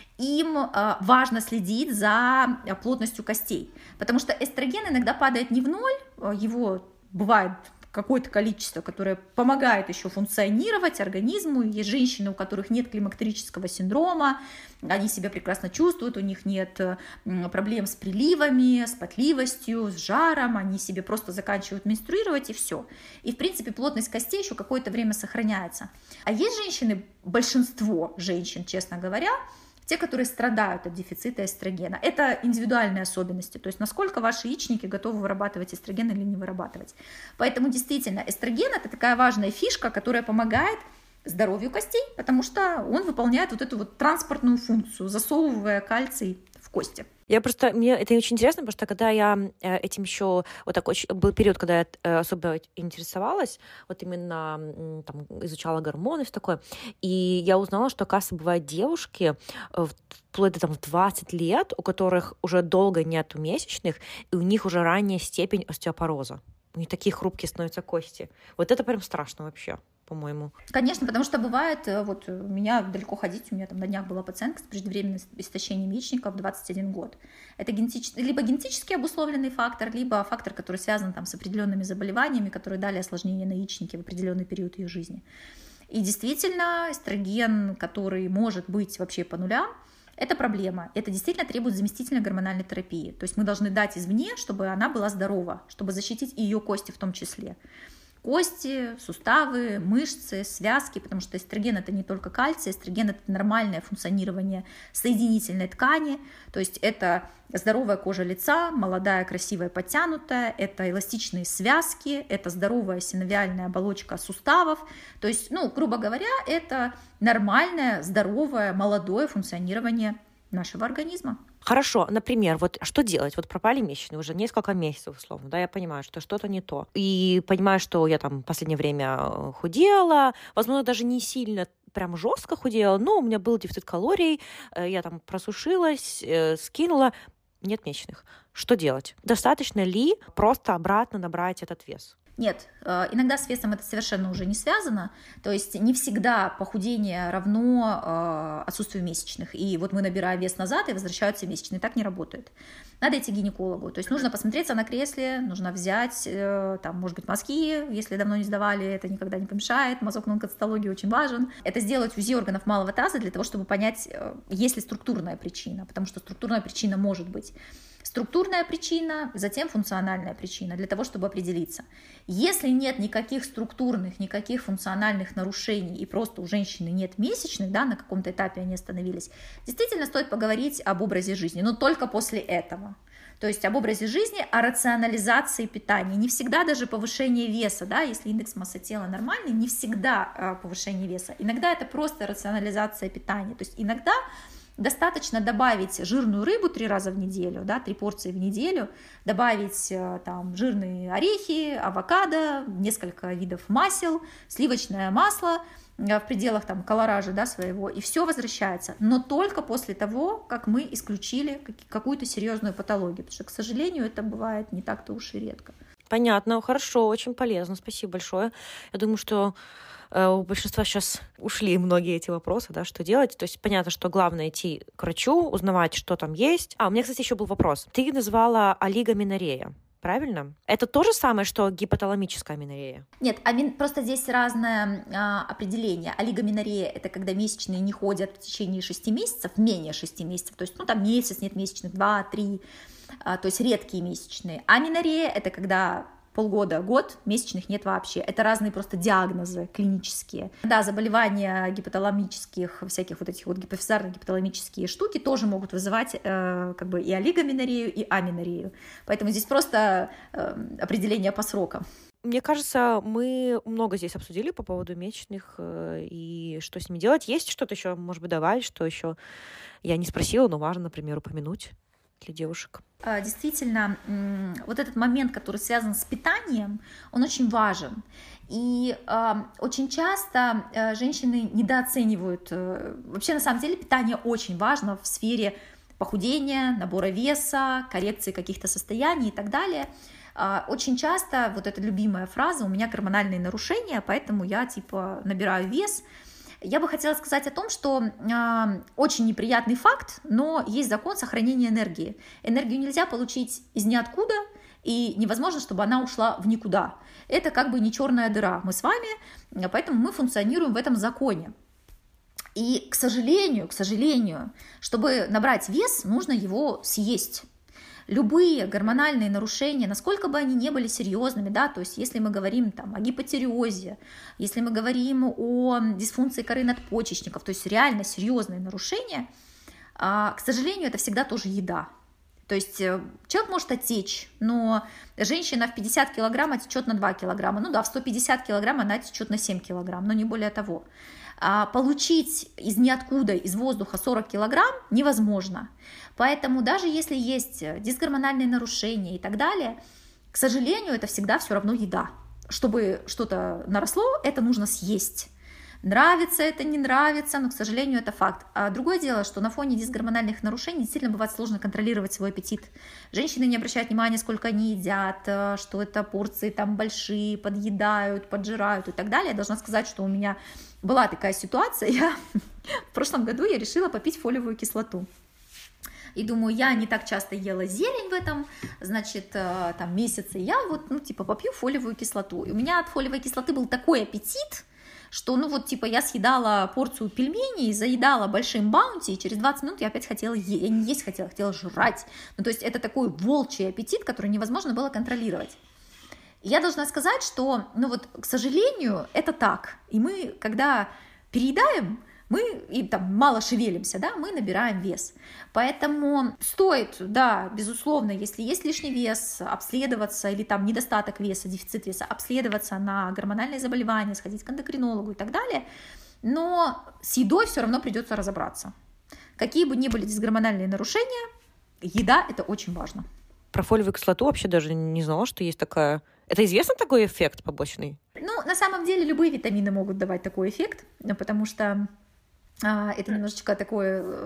им важно следить за плотностью костей, потому что эстроген иногда падает не в ноль, его бывает какое-то количество, которое помогает еще функционировать организму. Есть женщины, у которых нет климактерического синдрома, они себя прекрасно чувствуют, у них нет проблем с приливами, с потливостью, с жаром, они себе просто заканчивают менструировать и все. И в принципе плотность костей еще какое-то время сохраняется. А есть женщины, большинство женщин, честно говоря, те, которые страдают от дефицита эстрогена. Это индивидуальные особенности, то есть насколько ваши яичники готовы вырабатывать эстроген или не вырабатывать. Поэтому действительно эстроген – это такая важная фишка, которая помогает здоровью костей, потому что он выполняет вот эту вот транспортную функцию, засовывая кальций в кости. Я просто, мне это очень интересно, потому что когда я этим еще, вот такой был период, когда я особо интересовалась, вот именно там, изучала гормоны, все такое, и я узнала, что, оказывается, бывают девушки вплоть до там, в двадцать лет, у которых уже долго нету месячных, и у них уже ранняя степень остеопороза. У них такие хрупкие становятся кости. Вот это прям страшно вообще, по-моему. Конечно, потому что бывает, вот у меня далеко ходить, у меня там на днях была пациентка с преждевременным истощением яичников в двадцать один год. Это генетически, либо генетически обусловленный фактор, либо фактор, который связан там, с определенными заболеваниями, которые дали осложнение на яичнике в определенный период ее жизни. И действительно, эстроген, который может быть вообще по нулям, это проблема. Это действительно требует заместительной гормональной терапии. То есть мы должны дать извне, чтобы она была здорова, чтобы защитить и ее кости в том числе. Кости, суставы, мышцы, связки, потому что эстроген – это не только кальций, эстроген – это нормальное функционирование соединительной ткани, то есть это здоровая кожа лица, молодая, красивая, подтянутая, это эластичные связки, это здоровая синовиальная оболочка суставов, то есть, ну, грубо говоря, это нормальное, здоровое, молодое функционирование нашего организма. Хорошо, например, вот что делать? Вот пропали месячные уже несколько месяцев, условно, да, я понимаю, что что-то не то. И понимаю, что я там в последнее время худела, возможно, даже не сильно прям жестко худела, но у меня был дефицит калорий, я там просушилась, скинула. нет месячных. Что делать? Достаточно ли просто обратно набрать этот вес? Нет, иногда с весом это совершенно уже не связано, то есть не всегда похудение равно отсутствию месячных, и вот мы набираем вес назад, и возвращаются месячные, так не работает. Надо идти к гинекологу, то есть нужно посмотреться на кресле, нужно взять, там, может быть, мазки, если давно не сдавали, это никогда не помешает, мазок на онкоцитологии очень важен. Это сделать УЗИ органов малого таза для того, чтобы понять, есть ли структурная причина, потому что структурная причина может быть. Структурная причина, затем функциональная причина, для того, чтобы определиться. Если нет никаких структурных, никаких функциональных нарушений, и просто у женщины нет месячных, да, на каком-то этапе они остановились, действительно стоит поговорить об образе жизни, но только после этого. То есть об образе жизни, о рационализации питания. Не всегда даже повышение веса, да, если индекс массы тела нормальный, не всегда повышение веса. Иногда это просто рационализация питания. То есть иногда достаточно добавить жирную рыбу три раза в неделю, да, три порции в неделю, добавить там жирные орехи, авокадо, несколько видов масел, сливочное масло в пределах там колоража, да, своего, и все возвращается, но только после того, как мы исключили какую-то серьезную патологию, потому что, к сожалению, это бывает не так-то уж и редко. Понятно, хорошо, очень полезно, спасибо большое. Я думаю, что у большинства сейчас ушли многие эти вопросы, да, что делать. То есть понятно, что главное идти к врачу, узнавать, что там есть. А, у меня, кстати, еще был вопрос. Ты назвала олигоменорея, правильно? Это то же самое, что гипоталамическая аменорея? Нет, амин... просто здесь разное а, определение. Олигоменорея — это когда месячные не ходят в течение шести месяцев, менее шести месяцев, то есть, ну, там месяц нет месячных, два, три, а, то есть редкие месячные. Аменорея — это когда полгода, год, месячных нет вообще. Это разные просто диагнозы клинические. Да, заболевания гипоталамических, всяких вот этих вот гипофизарных гипоталамические штуки тоже могут вызывать э, как бы и олигоменорею, и аменорею. Поэтому здесь просто э, определение по срокам. Мне кажется, мы много здесь обсудили по поводу месячных э, и что с ними делать. Есть что-то еще, может быть, добавить, что еще я не спросила, но важно, например, упомянуть для девушек? Действительно, вот этот момент, который связан с питанием, он очень важен. И э, очень часто э, женщины недооценивают. Э, вообще, на самом деле, питание очень важно в сфере похудения, набора веса, коррекции каких-то состояний и так далее. Э, очень часто, вот эта любимая фраза, у меня гормональные нарушения, поэтому я типа набираю вес. Я бы хотела сказать о том, что э, очень неприятный факт, но есть закон сохранения энергии. Энергию нельзя получить из ниоткуда, и невозможно, чтобы она ушла в никуда. Это как бы не черная дыра. Мы с вами, поэтому мы функционируем в этом законе. И, к сожалению, к сожалению, чтобы набрать вес, нужно его съесть. Любые гормональные нарушения, насколько бы они ни были серьезными, да, то есть если мы говорим там, о гипотиреозе, если мы говорим о дисфункции коры надпочечников, то есть реально серьезные нарушения, к сожалению, это всегда тоже еда. То есть человек может отечь, но женщина в пятьдесят килограмм отечет на два килограмма, ну да, в сто пятьдесят килограмм она отечет на семь килограмм, но не более того. А получить из ниоткуда, из воздуха сорок килограмм невозможно. Поэтому даже если есть дисгормональные нарушения и так далее, к сожалению, это всегда все равно еда. Чтобы что-то наросло, это нужно съесть. Нравится это, не нравится, но, к сожалению, это факт. А другое дело, что на фоне дисгормональных нарушений действительно бывает сложно контролировать свой аппетит. Женщины не обращают внимания, сколько они едят, что это порции там большие, подъедают, поджирают и так далее. Я должна сказать, что у меня была такая ситуация. Я... В прошлом году я решила попить фолиевую кислоту. И думаю, я не так часто ела зелень в этом, значит, там месяцы, я вот, ну, типа, попью фолиевую кислоту. И у меня от фолиевой кислоты был такой аппетит, что, ну, вот, типа, я съедала порцию пельменей, заедала большим баунти, и через двадцать минут я опять хотела есть, я не есть хотела, хотела жрать. Ну, то есть это такой волчий аппетит, который невозможно было контролировать. И я должна сказать, что, ну, вот, к сожалению, это так. И мы, когда переедаем, мы и там мало шевелимся, да, мы набираем вес. Поэтому стоит, да, безусловно, если есть лишний вес, обследоваться, или там недостаток веса, дефицит веса, обследоваться на гормональные заболевания, сходить к эндокринологу и так далее, но с едой все равно придется разобраться. Какие бы ни были дисгормональные нарушения, еда — это очень важно. Про фолиевую кислоту вообще даже не знала, что есть такая... Это известно такой эффект побочный? Ну, на самом деле любые витамины могут давать такой эффект, потому что это немножечко такое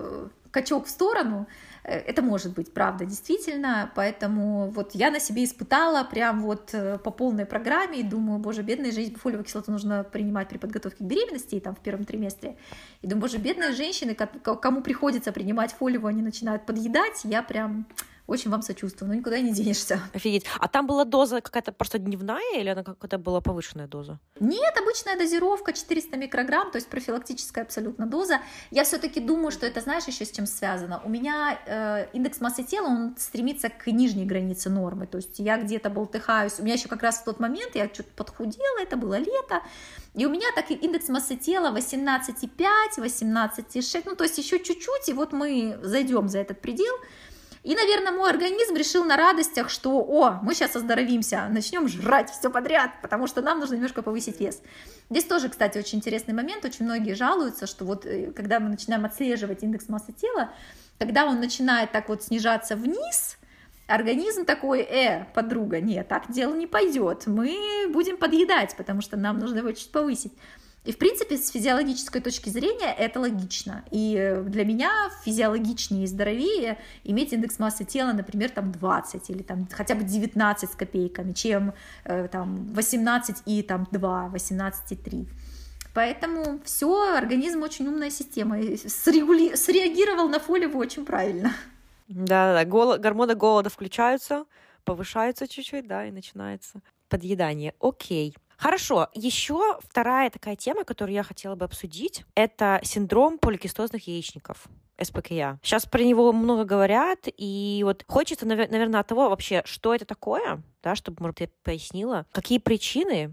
качок в сторону. Это может быть, правда, действительно, поэтому вот я на себе испытала прям вот по полной программе и думаю, боже, бедные женщины, фолиевую кислоту нужно принимать при подготовке к беременности, и там в первом триместре, и думаю, боже, бедные женщины, кому приходится принимать фолиевую, они начинают подъедать, я прям... Очень вам сочувствую, но никуда не денешься. Офигеть. А там была доза какая-то просто дневная или она какая-то была повышенная доза? Нет, обычная дозировка четыреста микрограмм, то есть профилактическая абсолютно доза. Я все-таки думаю, что это, знаешь, еще с чем связано. У меня э, индекс массы тела, он стремится к нижней границе нормы, то есть я где-то болтыхаюсь. У меня еще как раз в тот момент я что-то подхудела, это было лето, и у меня так и индекс массы тела восемнадцать и пять, восемнадцать и шесть, ну то есть еще чуть-чуть, и вот мы зайдем за этот предел. И, наверное, мой организм решил на радостях, что, о, мы сейчас оздоровимся, начнем жрать все подряд, потому что нам нужно немножко повысить вес. Здесь тоже, кстати, очень интересный момент, очень многие жалуются, что вот когда мы начинаем отслеживать индекс массы тела, когда он начинает так вот снижаться вниз, организм такой, э, подруга, нет, так дело не пойдет, мы будем подъедать, потому что нам нужно его чуть повысить. И, в принципе, с физиологической точки зрения это логично. И для меня физиологичнее и здоровее иметь индекс массы тела, например, там двадцать или там хотя бы девятнадцать с копейками, чем э, там восемнадцать и там два, восемнадцать и три. Поэтому все, организм очень умная система. Срегули... Среагировал на фолиевую очень правильно. Да-да-да, Гол... гормоны голода включаются, повышаются чуть-чуть, да, и начинается подъедание. Окей. Хорошо, еще вторая такая тема, которую я хотела бы обсудить, это синдром поликистозных яичников, эс пэ ка я. Сейчас про него много говорят, и вот хочется, наверное, от того вообще, что это такое, да, чтобы, может, ты пояснила, какие причины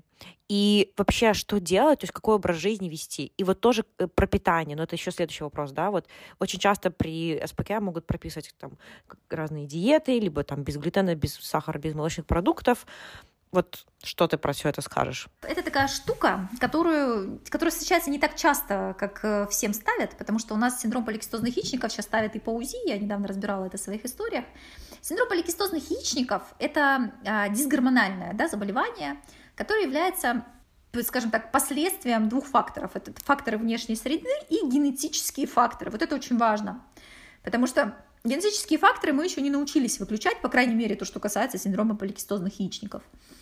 и вообще что делать, то есть какой образ жизни вести. И вот тоже про питание, но это еще следующий вопрос, да, вот очень часто при эс пэ ка я могут прописывать там разные диеты, либо там без глютена, без сахара, без молочных продуктов. Вот что ты про все это скажешь? Это такая штука, которую, которая встречается не так часто, как всем ставят, потому что у нас синдром поликистозных яичников сейчас ставят и по УЗИ, я недавно разбирала это в своих историях. Синдром поликистозных яичников – это а, дисгормональное, да, заболевание, которое является, скажем так, последствием двух факторов. Это факторы внешней среды и генетические факторы. Вот это очень важно, потому что генетические факторы мы еще не научились выключать, по крайней мере, то, что касается синдрома поликистозных яичников.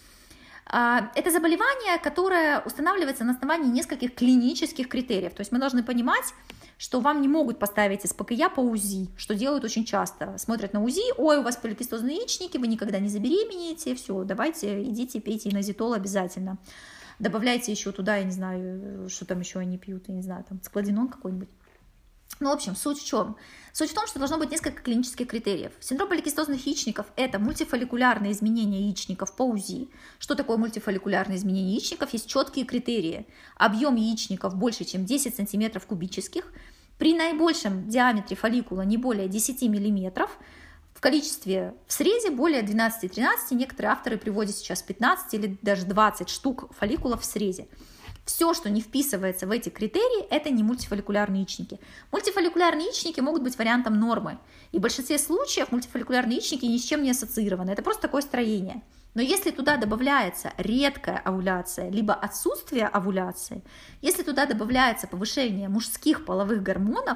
Это заболевание, которое устанавливается на основании нескольких клинических критериев. То есть мы должны понимать, что вам не могут поставить эс пэ ка я по УЗИ, что делают очень часто. Смотрят на УЗИ, ой, у вас поликистозные яичники, вы никогда не забеременеете, все, давайте идите, пейте инозитол обязательно. Добавляйте еще туда, я не знаю, что там еще они пьют, я не знаю, там складинон какой-нибудь. Ну, в общем, суть в чем? Суть в том, что должно быть несколько клинических критериев. Синдром поликистозных яичников – это мультифолликулярные изменения яичников по УЗИ. Что такое мультифолликулярные изменения яичников? Есть четкие критерии. Объем яичников больше, чем десять сантиметров кубических. При наибольшем диаметре фолликула не более десять миллиметров. В количестве в срезе более двенадцать-тринадцать. Некоторые авторы приводят сейчас пятнадцать или даже двадцать штук фолликулов в срезе. Все, что не вписывается в эти критерии, это не мультифолликулярные яичники. Мультифолликулярные яичники могут быть вариантом нормы. И в большинстве случаев мультифолликулярные яичники ни с чем не ассоциированы. Это просто такое строение. Но если туда добавляется редкая овуляция, либо отсутствие овуляции, если туда добавляется повышение мужских половых гормонов,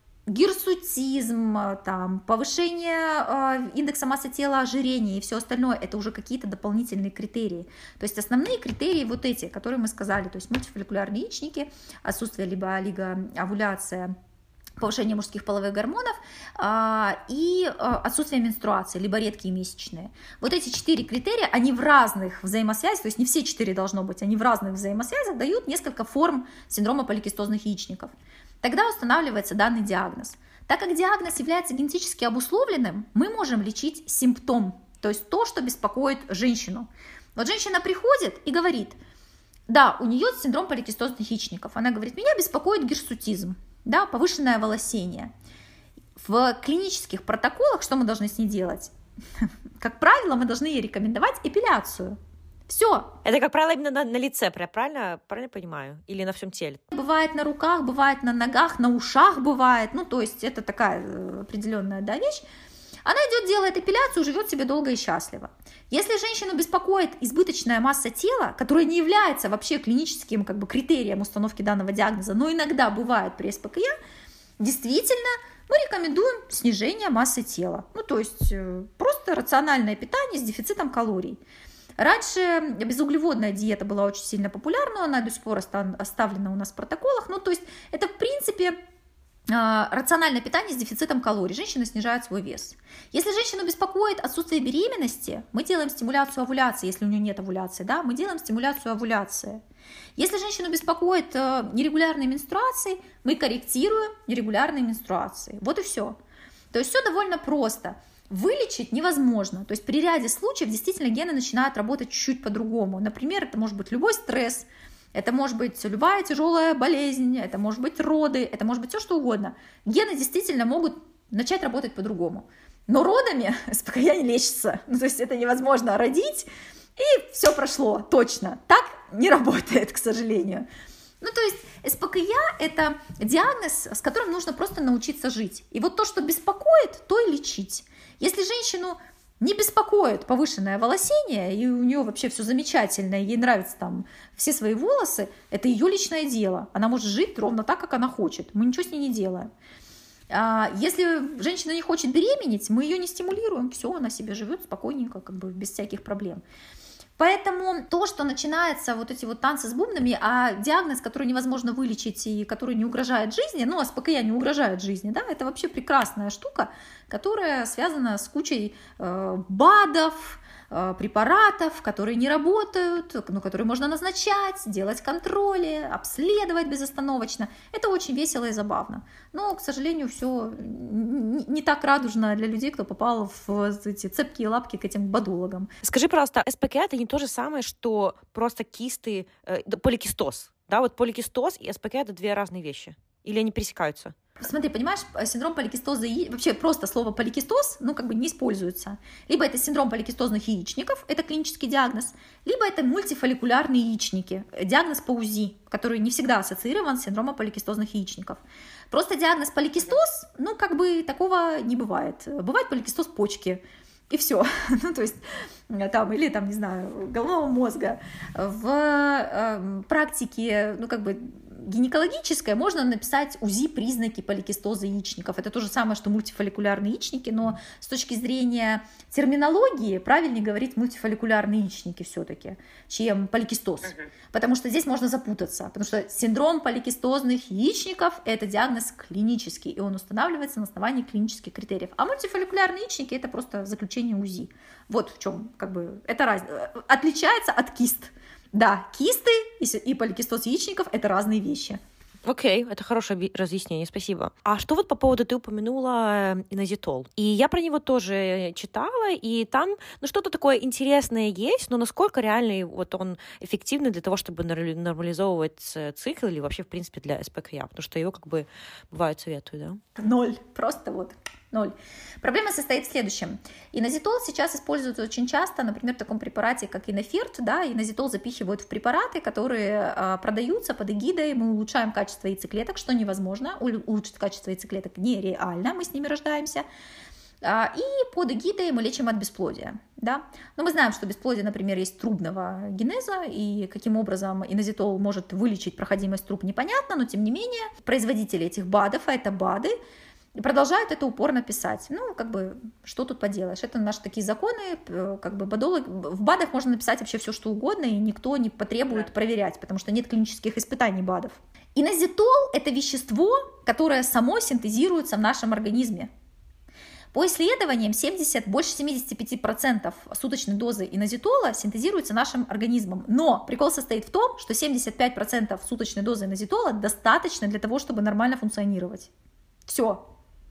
гирсутизм, там, повышение э, индекса массы тела, ожирение и все остальное, это уже какие-то дополнительные критерии. То есть основные критерии вот эти, которые мы сказали, то есть мультифолликулярные яичники, отсутствие либо олигоовуляция, повышение мужских половых гормонов э, и э, отсутствие менструации, либо редкие месячные. Вот эти четыре критерия, они в разных взаимосвязях, то есть не все четыре должно быть, они в разных взаимосвязях дают несколько форм синдрома поликистозных яичников. Тогда устанавливается данный диагноз. Так как диагноз является генетически обусловленным, мы можем лечить симптом, то есть то, что беспокоит женщину. Вот женщина приходит и говорит, да, у нее синдром поликистозных яичников. Она говорит, меня беспокоит гирсутизм, да, повышенное волосение. В клинических протоколах что мы должны с ней делать? Как правило, мы должны ей рекомендовать эпиляцию. Все. Это, как правило, именно на, на лице, правильно, правильно понимаю? Или на всем теле? Бывает на руках, бывает на ногах, на ушах бывает. Ну, то есть это такая определенная, да, вещь. Она идет, делает эпиляцию, живет себе долго и счастливо. Если женщину беспокоит избыточная масса тела, которая не является вообще клиническим как бы, критерием установки данного диагноза, но иногда бывает при эс пэ ка я, действительно мы рекомендуем снижение массы тела. Ну, то есть просто рациональное питание с дефицитом калорий. Раньше безуглеводная диета была очень сильно популярна, она до сих пор оставлена у нас в протоколах. Ну, то есть это, в принципе, рациональное питание с дефицитом калорий. Женщина снижает свой вес. Если женщину беспокоит отсутствие беременности, мы делаем стимуляцию овуляции, если у нее нет овуляции, да, мы делаем стимуляцию овуляции. Если женщину беспокоит нерегулярные менструации, мы корректируем нерегулярные менструации. Вот и все. То есть все довольно просто. Вылечить невозможно. То есть при ряде случаев действительно гены начинают работать чуть-чуть по-другому. Например, это может быть любой стресс, это может быть любая тяжелая болезнь, это может быть роды, это может быть все что угодно. Гены действительно могут начать работать по-другому. Но родами СПКЯ не лечится. Ну, то есть это невозможно родить, и все прошло, точно. Так не работает, к сожалению. Ну, то есть СПКЯ – это диагноз, с которым нужно просто научиться жить. И вот то, что беспокоит, то и лечить. Если женщину не беспокоит повышенное волосение, и у нее вообще все замечательно, ей нравятся там все свои волосы, это ее личное дело. Она может жить ровно так, как она хочет. Мы ничего с ней не делаем. Если женщина не хочет беременеть, мы ее не стимулируем. Все, она себе живет спокойненько, как бы без всяких проблем. Поэтому то, что начинается вот эти вот танцы с бубнами, а диагноз, который невозможно вылечить и который не угрожает жизни, ну, СПКЯ не угрожает жизни, да, это вообще прекрасная штука, которая связана с кучей э, БАДов, э, препаратов, которые не работают, но которые можно назначать, делать контроли, обследовать безостановочно. Это очень весело и забавно. Но, к сожалению, все не так радужно для людей, кто попал в эти цепкие лапки к этим бадологам. Скажи, пожалуйста, СПКЯ — это не то же самое, что просто кисты, э, поликистоз, да? Вот поликистоз и СПКЯ — это две разные вещи. Или они пересекаются? Смотри, понимаешь, синдром поликистоза, вообще просто слово поликистоз, ну, как бы не используется. Либо это синдром поликистозных яичников, это клинический диагноз, либо это мультифолликулярные яичники, диагноз по УЗИ, который не всегда ассоциирован с синдромом поликистозных яичников. Просто диагноз поликистоз, ну, как бы такого не бывает. Бывает поликистоз почки, и все. Ну, то есть, там, или там, не знаю, головного мозга. В э, практике, ну, как бы, гинекологическое можно написать УЗИ признаки поликистоза яичников. Это то же самое, что мультифолликулярные яичники, но с точки зрения терминологии правильнее говорить мультифолликулярные яичники все-таки, чем поликистоз. Uh-huh. Потому что здесь можно запутаться. Потому что синдром поликистозных яичников – это диагноз клинический, и он устанавливается на основании клинических критериев. А мультифолликулярные яичники – это просто заключение УЗИ. Вот в чем как бы это разница. Отличается от кист. Да, кисты и поликистоз яичников – это разные вещи. Окей, okay, это хорошее разъяснение, спасибо. А что вот по поводу, ты упомянула инозитол, и я про него тоже читала, и там, ну, что-то такое интересное есть, но насколько реально вот он эффективный для того, чтобы нормализовывать цикл или вообще, в принципе, для СПКЯ, потому что его как бы бывает советуют, да? Ноль, просто вот. Ноль. Проблема состоит в следующем. Инозитол сейчас используется очень часто, например, в таком препарате, как Иноферт, да, инозитол запихивают в препараты, которые а, продаются под эгидой, мы улучшаем качество яйцеклеток, что невозможно, улучшить качество яйцеклеток нереально, мы с ними рождаемся, а, и под эгидой мы лечим от бесплодия, да, но мы знаем, что бесплодие, например, есть трубного генеза, и каким образом инозитол может вылечить проходимость труб, непонятно, но тем не менее производители этих БАДов, а это БАДы, и продолжают это упорно писать. Ну, как бы, что тут поделаешь? Это наши такие законы, как бы, бадолог... В БАДах можно написать вообще все, что угодно, и никто не потребует да. проверять, потому что нет клинических испытаний БАДов. Инозитол – это вещество, которое само синтезируется в нашем организме. По исследованиям, семьдесят, больше семьдесят пять процентов суточной дозы инозитола синтезируется нашим организмом. Но прикол состоит в том, что семьдесят пять процентов суточной дозы инозитола достаточно для того, чтобы нормально функционировать. Все.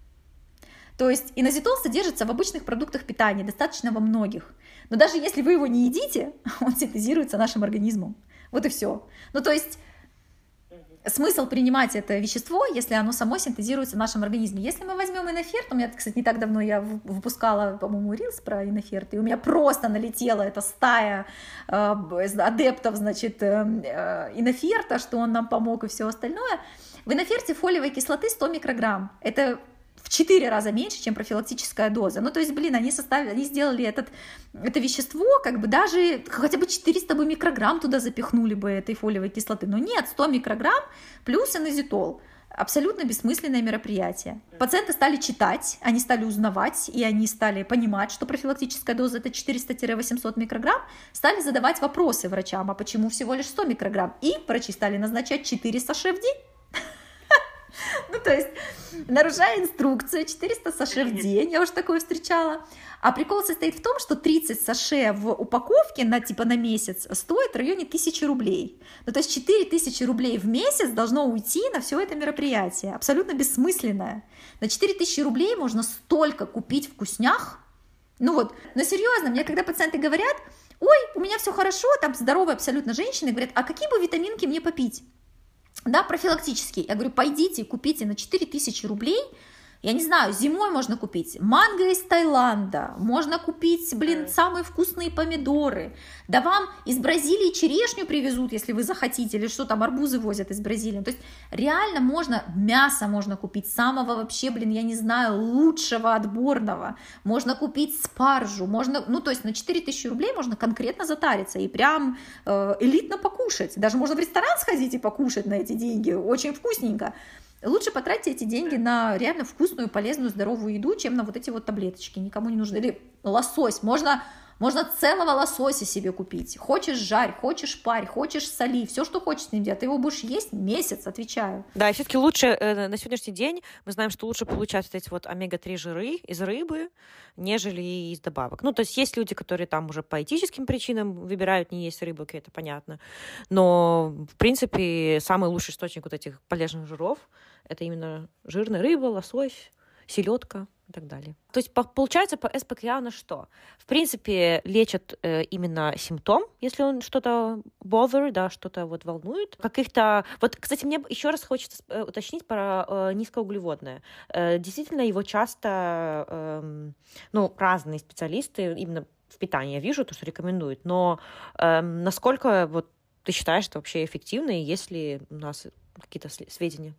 То есть инозитол содержится в обычных продуктах питания, достаточно во многих. Но даже если вы его не едите, он синтезируется нашим организмом. Вот и все. Ну, то есть смысл принимать это вещество, если оно само синтезируется в нашем организме. Если мы возьмем Иноферт, у меня, кстати, не так давно я выпускала, по-моему, рилс про Иноферт, и у меня просто налетела эта стая э, адептов, значит, э, Иноферта, что он нам помог и все остальное. В Иноферте фолиевой кислоты сто микрограмм. Это в четыре раза меньше, чем профилактическая доза. Ну, то есть, блин, они составили, они сделали этот, это вещество, как бы даже хотя бы четыреста бы микрограмм туда запихнули бы этой фолиевой кислоты. Но нет, сто микрограмм плюс инозитол. Абсолютно бессмысленное мероприятие. Пациенты стали читать, они стали узнавать, и они стали понимать, что профилактическая доза это четыреста-восемьсот микрограмм, стали задавать вопросы врачам, а почему всего лишь сто микрограмм, и врачи стали назначать четыре саше в день. Ну, то есть, нарушая инструкцию, четыреста саше в день, я уже такое встречала. А прикол состоит в том, что тридцать саше в упаковке на, типа, на месяц стоит в районе тысячи рублей. Ну, то есть четыре тысячи рублей в месяц должно уйти на все это мероприятие. Абсолютно бессмысленное. На четыре тысячи рублей можно столько купить вкуснях. Ну вот, но серьезно, мне когда пациенты говорят, ой, у меня все хорошо, там здоровые абсолютно женщины, говорят, а какие бы витаминки мне попить? Да, профилактический. Я говорю, пойдите, купите на четыре тысячи рублей, я не знаю, зимой можно купить манго из Таиланда, можно купить, блин, самые вкусные помидоры, да вам из Бразилии черешню привезут, если вы захотите, или что там, арбузы возят из Бразилии. То есть реально можно, мясо можно купить самого вообще, блин, я не знаю, лучшего, отборного, можно купить спаржу, можно, ну, то есть на четыре тысячи рублей можно конкретно затариться и прям э, элитно покушать, даже можно в ресторан сходить и покушать на эти деньги, очень вкусненько. Лучше потратьте эти деньги на реально вкусную, полезную, здоровую еду, чем на вот эти вот таблеточки. Никому не нужны. Или лосось. Можно, можно целого лосося себе купить. Хочешь жарь, хочешь парь, хочешь соли. Все, что хочешь с ним делать. Ты его будешь есть месяц, отвечаю. Да, и все-таки лучше э, на сегодняшний день мы знаем, что лучше получать вот эти вот омега три жиры из рыбы, нежели из добавок. Ну, то есть есть люди, которые там уже по этическим причинам выбирают не есть рыбу, это понятно. Но, в принципе, самый лучший источник вот этих полезных жиров это именно жирная рыба, лосось, селедка и так далее. То есть по, получается по эспокиану что? В принципе, лечат э, именно симптом, если он что-то bother, да, что-то вот волнует. Каких-то... Вот, кстати, мне еще раз хочется э, уточнить про э, низкоуглеводное. Э, действительно, его часто, э, ну, разные специалисты именно в питании, я вижу, то, что рекомендуют, но э, насколько вот ты считаешь, что вообще эффективно, и есть ли у нас какие-то сведения?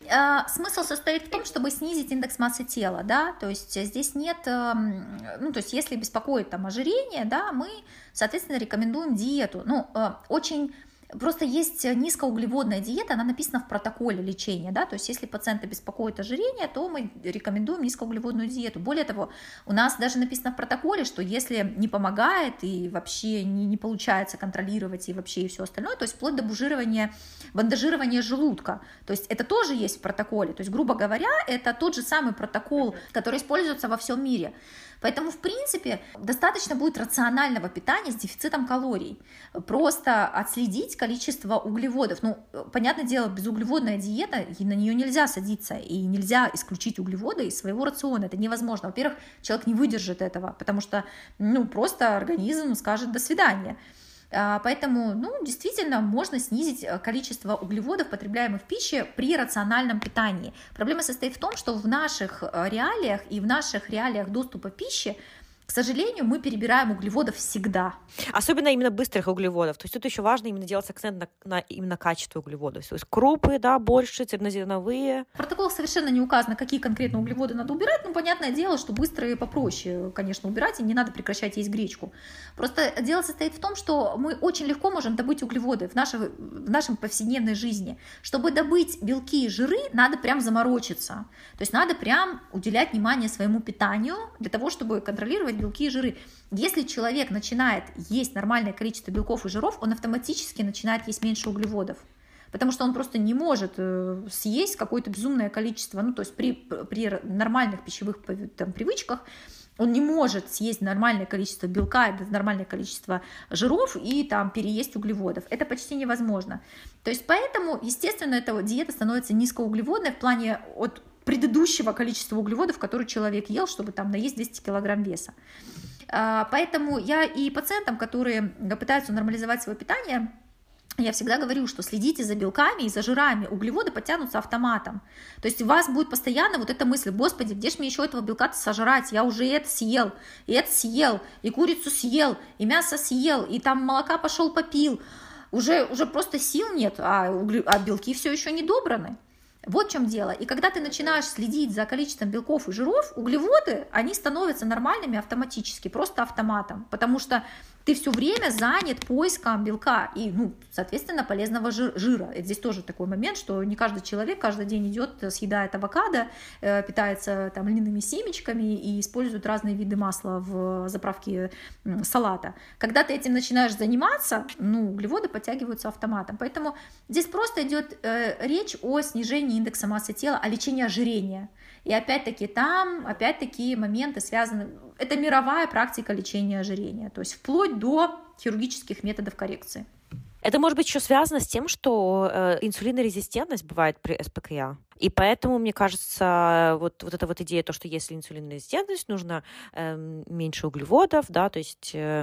Смысл состоит в том, чтобы снизить индекс массы тела, да, то есть здесь нет, ну, то есть если беспокоит там ожирение, да, мы, соответственно, рекомендуем диету, ну, очень... Просто есть низкоуглеводная диета, она написана в протоколе лечения, да, то есть если пациента беспокоит ожирение, то мы рекомендуем низкоуглеводную диету. Более того, у нас даже написано в протоколе, что если не помогает и вообще не, не получается контролировать и вообще и все остальное, то есть вплоть до бужирования, бандажирования желудка, то есть это тоже есть в протоколе, то есть, грубо говоря, это тот же самый протокол, который используется во всем мире. Поэтому, в принципе, достаточно будет рационального питания с дефицитом калорий. Просто отследить количество углеводов. Ну, понятное дело, безуглеводная диета, и на нее нельзя садиться, и нельзя исключить углеводы из своего рациона. Это невозможно. Во-первых, человек не выдержит этого, потому что, ну, просто организм скажет «до свидания». Поэтому, ну, действительно, можно снизить количество углеводов, потребляемых в пище, при рациональном питании. Проблема состоит в том, что в наших реалиях и в наших реалиях доступа к пище, к сожалению, мы перебираем углеводов всегда. Особенно именно быстрых углеводов. То есть тут еще важно именно делать акцент на, на именно качество углеводов. То есть крупы, да, больше, цельнозерновые. В протоколах совершенно не указано, какие конкретно углеводы надо убирать. Ну, понятное дело, что быстрые попроще, конечно, убирать, и не надо прекращать есть гречку. Просто дело состоит в том, что мы очень легко можем добыть углеводы в, нашей, в нашем повседневной жизни. Чтобы добыть белки и жиры, надо прям заморочиться. То есть надо прям уделять внимание своему питанию для того, чтобы контролировать белки и жиры. Если человек начинает есть нормальное количество белков и жиров, он автоматически начинает есть меньше углеводов, потому что он просто не может съесть какое-то безумное количество, ну то есть при, при нормальных пищевых там, привычках он не может съесть нормальное количество белка, нормальное количество жиров и там переесть углеводов. Это почти невозможно. То есть поэтому, естественно, эта диета становится низкоуглеводной в плане от предыдущего количества углеводов, которые человек ел, чтобы там наесть двести килограмм веса. Поэтому я и пациентам, которые пытаются нормализовать свое питание, я всегда говорю, что следите за белками и за жирами, углеводы подтянутся автоматом. То есть у вас будет постоянно вот эта мысль: господи, где ж мне еще этого белка-то сожрать? Я уже и это съел, и это съел, и курицу съел, и мясо съел, и там молока пошел попил. Уже, уже просто сил нет, а, угле... а белки все еще не добраны. Вот в чем дело. И когда ты начинаешь следить за количеством белков и жиров, углеводы, они становятся нормальными автоматически, просто автоматом, потому что ты все время занят поиском белка и, ну, соответственно, полезного жира. И здесь тоже такой момент, что не каждый человек каждый день идет, съедает авокадо, питается там льняными семечками и использует разные виды масла в заправке салата. Когда ты этим начинаешь заниматься, ну, углеводы подтягиваются автоматом. Поэтому здесь просто идет э, речь о снижении индекса массы тела, о лечении ожирения. И опять-таки там, опять-таки моменты связаны... Это мировая практика лечения ожирения, то есть вплоть до хирургических методов коррекции. Это может быть еще связано с тем, что э, инсулинорезистентность бывает при СПКЯ. И поэтому, мне кажется, вот, вот эта вот идея, то, что если инсулинорезистентность, нужно э, меньше углеводов, да, то есть... Э,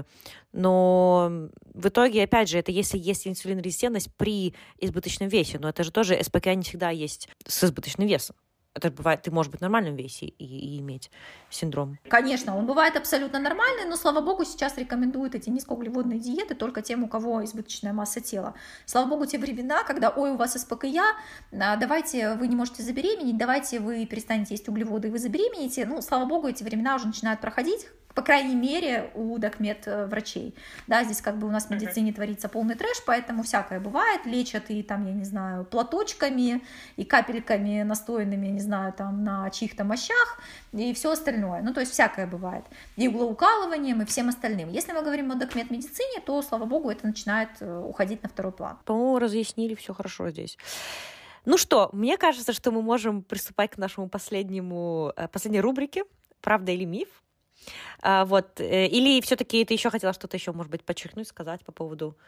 но в итоге, опять же, это если есть инсулинорезистентность при избыточном весе, но это же тоже СПКЯ не всегда есть с избыточным весом. Это бывает, ты можешь быть в нормальном весе и, и иметь синдром. Конечно, он бывает абсолютно нормальный, но, слава богу, сейчас рекомендуют эти низкоуглеводные диеты только тем, у кого избыточная масса тела. Слава богу, те времена, когда, ой, у вас СПКЯ, давайте, вы не можете забеременеть, давайте вы перестанете есть углеводы, и вы забеременеете. Ну, слава богу, эти времена уже начинают проходить, по крайней мере, у докмед врачей. Да, здесь как бы у нас в медицине творится полный трэш, поэтому всякое бывает. Лечат и там, я не знаю, платочками, и капельками настоянными, не знаю, там на чьих-то мощах, и все остальное. Ну, то есть всякое бывает. И иглоукалыванием, и всем остальным. Если мы говорим о докмед медицине, то, слава богу, это начинает уходить на второй план. По-моему, разъяснили все хорошо здесь. Ну что, мне кажется, что мы можем приступать к нашему последнему, последней рубрике «Правда или миф?». А, вот. Или все-таки ты еще хотела что-то еще, может быть, подчеркнуть, сказать по поводу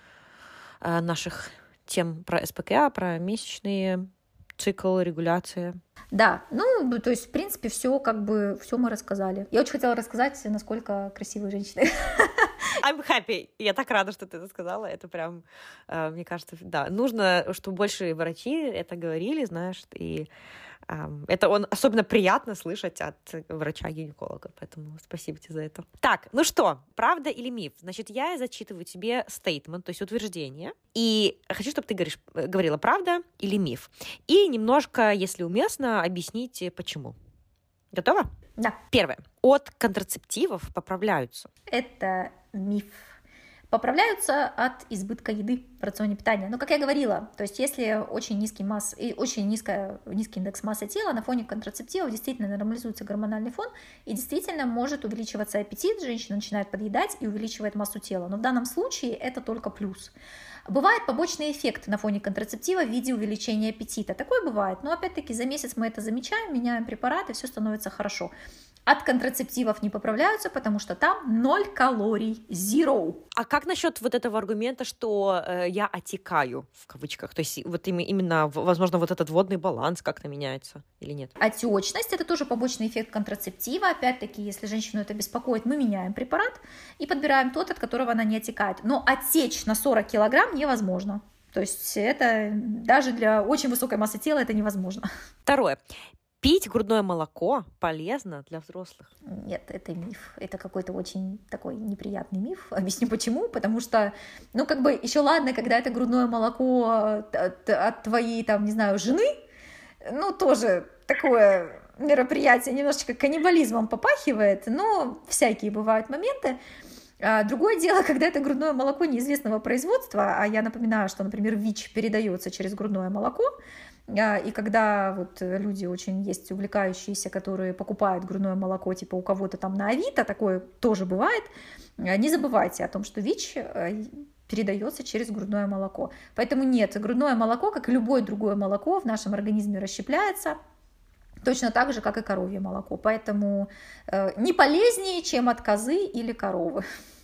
а, наших тем про СПКЯ, про месячные, цикл, регуляция? Да, ну, то есть, в принципе, все как бы, все мы рассказали. Я очень хотела рассказать, насколько красивые женщины. I'm happy. Я так рада, что ты это сказала. Это прям, мне кажется, да, нужно, чтобы больше врачи это говорили, знаешь, и это он особенно приятно слышать от врача-гинеколога, поэтому спасибо тебе за это. Так, ну что, правда или миф? Значит, я зачитываю тебе statement, то есть утверждение, и хочу, чтобы ты говоришь, говорила правда или миф. И немножко, если уместно, объяснить, почему. Готова? Да. Первое. От контрацептивов поправляются. Это миф. Поправляются от избытка еды в рационе питания. Но, как я говорила, то есть если очень низкий масс и очень низкая, низкий индекс массы тела, на фоне контрацептивов действительно нормализуется гормональный фон и действительно может увеличиваться аппетит, женщина начинает подъедать и увеличивает массу тела. Но в данном случае это только плюс. Бывает побочный эффект на фоне контрацептива в виде увеличения аппетита. Такое бывает, но опять-таки за месяц мы это замечаем, меняем препараты, все становится хорошо. От контрацептивов не поправляются, потому что там ноль калорий, zero. А как насчет вот этого аргумента, что э, я отекаю, в кавычках? То есть вот именно, возможно, вот этот водный баланс как-то меняется или нет? Отечность – это тоже побочный эффект контрацептива. Опять-таки, если женщину это беспокоит, мы меняем препарат и подбираем тот, от которого она не отекает. Но отсечь на сорок килограмм невозможно. То есть это даже для очень высокой массы тела это невозможно. Второе. Пить грудное молоко полезно для взрослых? Нет, это миф. Это какой-то очень такой неприятный миф. Объясню почему. Потому что, ну, как бы еще ладно, когда это грудное молоко от, от твоей, там, не знаю, жены, ну, тоже такое мероприятие немножечко каннибализмом попахивает, но всякие бывают моменты. Другое дело, когда это грудное молоко неизвестного производства, а я напоминаю, что, например, ВИЧ передается через грудное молоко, и когда вот люди очень есть увлекающиеся, которые покупают грудное молоко, типа у кого-то там на Авито, такое тоже бывает, не забывайте о том, что ВИЧ передается через грудное молоко. Поэтому нет, грудное молоко, как и любое другое молоко, в нашем организме расщепляется, точно так же, как и коровье молоко. Поэтому не полезнее, чем от козы или коровы,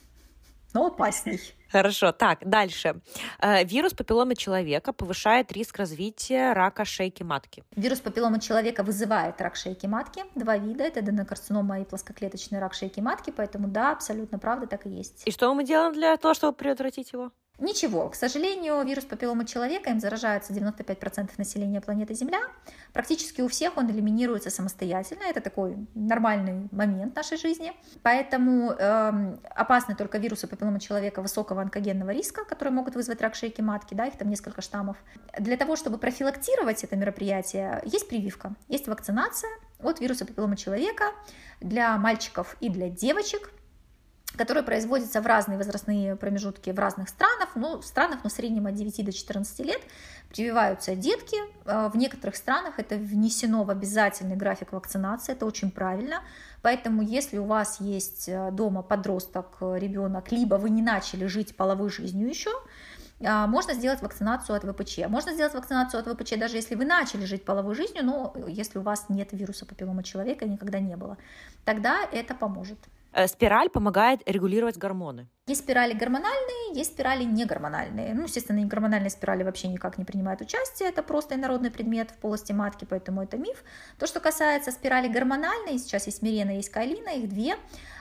но опасней. Хорошо, так, дальше. Вирус папилломы человека повышает риск развития рака шейки матки. Вирус папилломы человека вызывает рак шейки матки. Два вида, это аденокарцинома и плоскоклеточный рак шейки матки, поэтому да, абсолютно правда, так и есть. И что мы делаем для того, чтобы предотвратить его? Ничего, к сожалению, вирус папилломы человека, им заражаются девяносто пять процентов населения планеты Земля. Практически у всех он элиминируется самостоятельно. Это такой нормальный момент нашей жизни. Поэтому э, опасны только вирусы папилломы человека высокого онкогенного риска, которые могут вызвать рак шейки матки, да, их там несколько штаммов. Для того, чтобы профилактировать это мероприятие, есть прививка, есть вакцинация от вируса папилломы человека для мальчиков и для девочек, которые производятся в разные возрастные промежутки в разных странах, ну, в странах, но в среднем от девяти до четырнадцати лет прививаются детки. В некоторых странах это внесено в обязательный график вакцинации, это очень правильно. Поэтому, если у вас есть дома подросток, ребенок, либо вы не начали жить половой жизнью еще, можно сделать вакцинацию от вэ пэ че. Можно сделать вакцинацию от вэ пэ че, даже если вы начали жить половой жизнью, но если у вас нет вируса папилломы человека, никогда не было, тогда это поможет. Спираль помогает регулировать гормоны. Есть спирали гормональные, есть спирали негормональные. Ну, естественно, гормональные спирали вообще никак не принимают участие, это просто инородный предмет в полости матки, поэтому это миф. То, что касается спирали гормональной, сейчас есть Мирена, есть Кайлина, их две,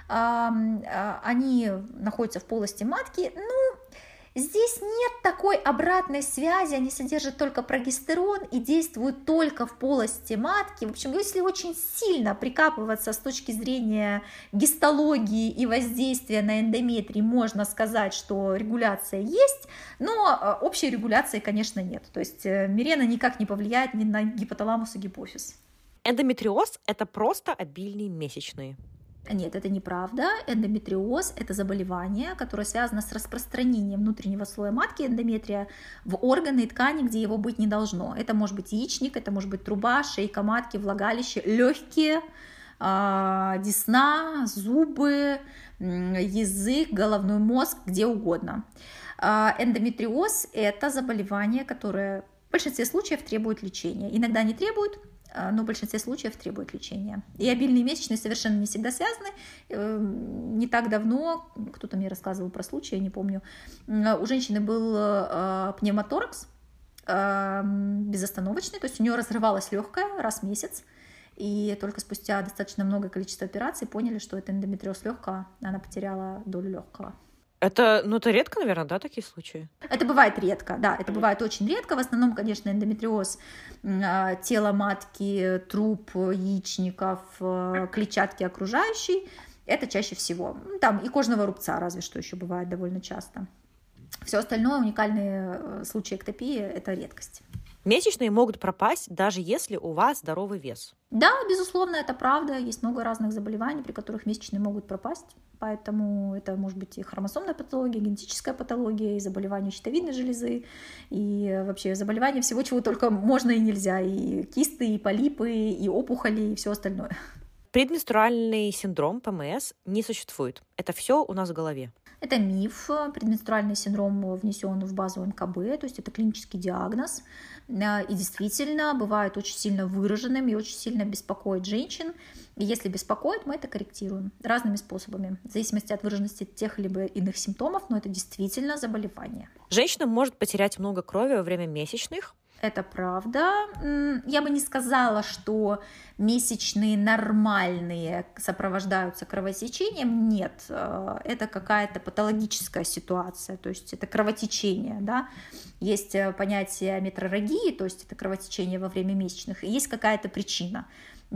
они находятся в полости матки, ну, здесь нет такой обратной связи, они содержат только прогестерон и действуют только в полости матки. В общем, если очень сильно прикапываться с точки зрения гистологии и воздействия на эндометрий, можно сказать, что регуляция есть, но общей регуляции, конечно, нет. То есть Мирена никак не повлияет ни на гипоталамус и гипофиз. Эндометриоз – это просто обильные месячные. Нет, это неправда. Эндометриоз – это заболевание, которое связано с распространением внутреннего слоя матки, эндометрия, в органы и ткани, где его быть не должно. Это может быть яичник, это может быть труба, шейка матки, влагалище, легкие, десна, зубы, язык, головной мозг, где угодно. Эндометриоз – это заболевание, которое в большинстве случаев требует лечения. Иногда не требует, но в большинстве случаев требует лечения. И обильные месячные совершенно не всегда связаны. Не так давно, кто-то мне рассказывал про случай, я не помню, у женщины был пневмоторакс безостановочный, то есть у нее разрывалась легкая раз в месяц, и только спустя достаточно многое количество операций поняли, что это эндометриоз легкого, она потеряла долю легкого. Это, ну, это редко, наверное, да, такие случаи? Это бывает редко, да, это бывает очень редко. В основном, конечно, эндометриоз тела матки, труб, яичников, клетчатки окружающей, это чаще всего. Там и кожного рубца разве что еще бывает довольно часто. Все остальное, уникальные случаи эктопии, это редкость. Месячные могут пропасть, даже если у вас здоровый вес. Да, безусловно, это правда. Есть много разных заболеваний, при которых месячные могут пропасть. Поэтому это может быть и хромосомная патология, и генетическая патология, и заболевания щитовидной железы, и вообще заболевания всего, чего только можно и нельзя. И кисты, и полипы, и опухоли, и все остальное. Предменструальный синдром пэ эм эс не существует. Это все у нас в голове. Это миф. Предменструальный синдром внесен в базу эн ка бэ, то есть это клинический диагноз. И действительно бывает очень сильно выраженным и очень сильно беспокоит женщин. И если беспокоит, мы это корректируем разными способами, в зависимости от выраженности тех либо иных симптомов, но это действительно заболевание. Женщина может потерять много крови во время месячных. Это правда. Я бы не сказала, что месячные нормальные сопровождаются кровотечением. Нет, это какая-то патологическая ситуация, то есть это кровотечение. Да? Есть понятие метроррагии, то есть это кровотечение во время месячных, и есть какая-то причина.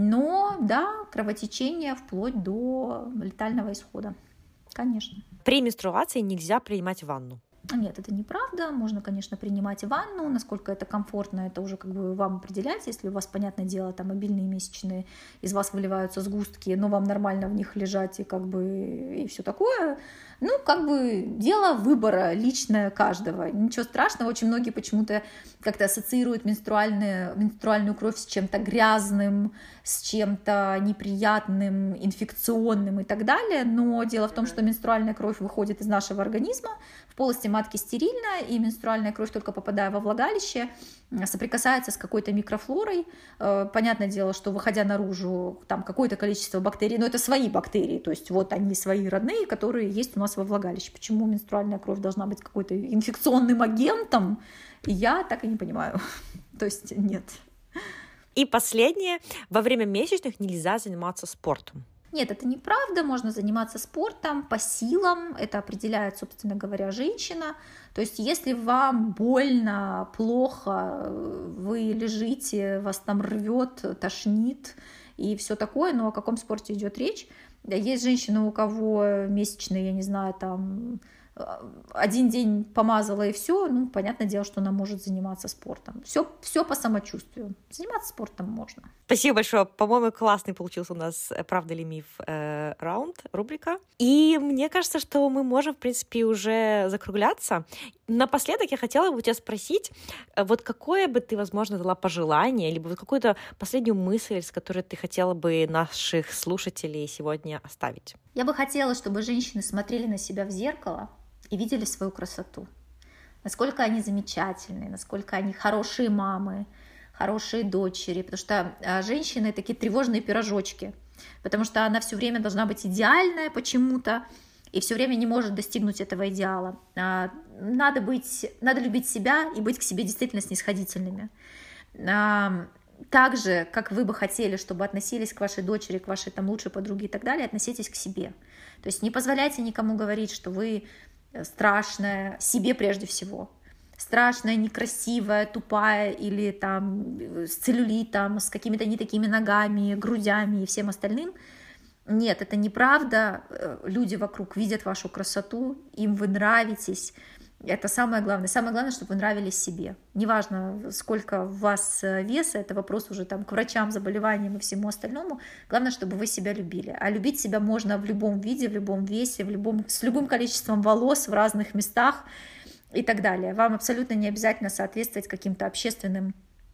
Но да, кровотечение вплоть до летального исхода, конечно. При менструации нельзя принимать ванну. Нет, это неправда. Можно, конечно, принимать ванну. Насколько это комфортно, это уже как бы вам определять. Если у вас, понятное дело, там обильные месячные, из вас выливаются сгустки, но вам нормально в них лежать и как бы и все такое. Ну, как бы дело выбора личное каждого. Ничего страшного. Очень многие почему-то как-то ассоциируют менструальную, менструальную кровь с чем-то грязным, с чем-то неприятным, инфекционным и так далее. Но дело в том, что менструальная кровь выходит из нашего организма, в полости матки стерильно, и менструальная кровь, только попадая во влагалище, соприкасается с какой-то микрофлорой. Понятное дело, что выходя наружу, там какое-то количество бактерий, но это свои бактерии, то есть вот они свои родные, которые есть у нас во влагалище. Почему менструальная кровь должна быть какой-то инфекционным агентом, я так и не понимаю. То есть нет. И последнее, во время месячных нельзя заниматься спортом. Нет, это неправда, можно заниматься спортом по силам, это определяет, собственно говоря, женщина. То есть если вам больно, плохо, вы лежите, вас там рвет, тошнит и все такое, но о каком спорте идет речь? Есть женщины, у кого месячные, я не знаю, там один день помазала и все, ну, понятное дело, что она может заниматься спортом. Все, все по самочувствию. Заниматься спортом можно. Спасибо большое. По-моему, классный получился у нас «Правда ли миф» э, раунд, рубрика. И мне кажется, что мы можем, в принципе, уже закругляться. Напоследок я хотела бы у тебя спросить, вот какое бы ты, возможно, дала пожелание, либо вот какую-то последнюю мысль, с которой ты хотела бы наших слушателей сегодня оставить? Я бы хотела, чтобы женщины смотрели на себя в зеркало и видели свою красоту. Насколько они замечательные, насколько они хорошие мамы, хорошие дочери. Потому что женщины такие тревожные пирожочки. Потому что она все время должна быть идеальная почему-то и все время не может достигнуть этого идеала. Надо быть, надо любить себя и быть к себе действительно снисходительными. Так же, как вы бы хотели, чтобы относились к вашей дочери, к вашей там лучшей подруге и так далее, относитесь к себе. То есть не позволяйте никому говорить, что вы страшная, себе прежде всего. Страшная, некрасивая, тупая или там с целлюлитом, с какими-то не такими ногами, грудями и всем остальным. Нет, это неправда. Люди вокруг видят вашу красоту, им вы нравитесь. Это самое главное. Самое главное, чтобы вы нравились себе. Неважно, сколько у вас веса, это вопрос уже там к врачам, заболеваниям и всему остальному. Главное, чтобы вы себя любили. А любить себя можно в любом виде, в любом весе, в любом, с любым количеством волос в разных местах и так далее. Вам абсолютно не обязательно соответствовать каким-то общественным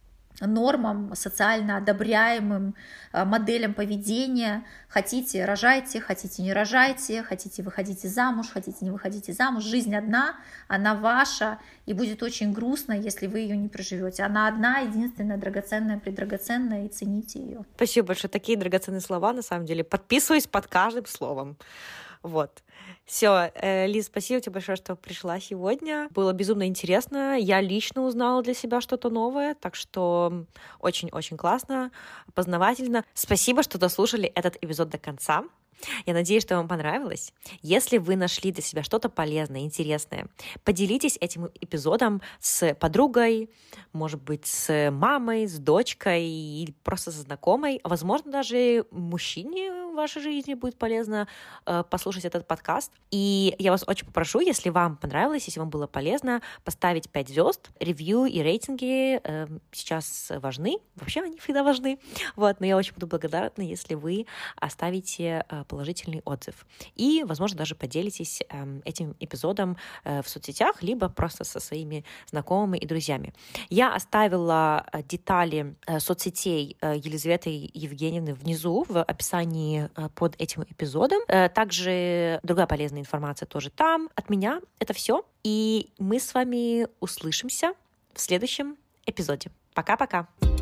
нормам, социально одобряемым моделям поведения. Хотите — рожайте, хотите — не рожайте, хотите — выходите замуж, хотите — не выходите замуж. Жизнь одна, она ваша, и будет очень грустно, если вы ее не проживете. Она одна, единственная, драгоценная, предрагоценная, и цените ее. Спасибо большое. Такие драгоценные слова, на самом деле. Подписываюсь под каждым словом. Вот. Все, Лиз, спасибо тебе большое, что пришла сегодня. Было безумно интересно. Я лично узнала для себя что-то новое, так что очень-очень классно, познавательно. Спасибо, что дослушали этот эпизод до конца. Я надеюсь, что вам понравилось. Если вы нашли для себя что-то полезное, интересное, поделитесь этим эпизодом с подругой, может быть, с мамой, с дочкой или просто со знакомой. Возможно, даже мужчине в вашей жизни будет полезно э, послушать этот подкаст. И я вас очень попрошу, если вам понравилось, если вам было полезно, поставить пять звезд. Ревью и рейтинги э, сейчас важны. Вообще они всегда важны. Вот, но я очень буду благодарна, если вы оставите э, положительный отзыв. И, возможно, даже поделитесь э, этим эпизодом э, в соцсетях, либо просто со своими знакомыми и друзьями. Я оставила детали э, соцсетей э, Елизаветы Евгеньевны внизу в описании э, под этим эпизодом. Э, также другая полезная информация тоже там. От меня это все. И мы с вами услышимся в следующем эпизоде. Пока-пока!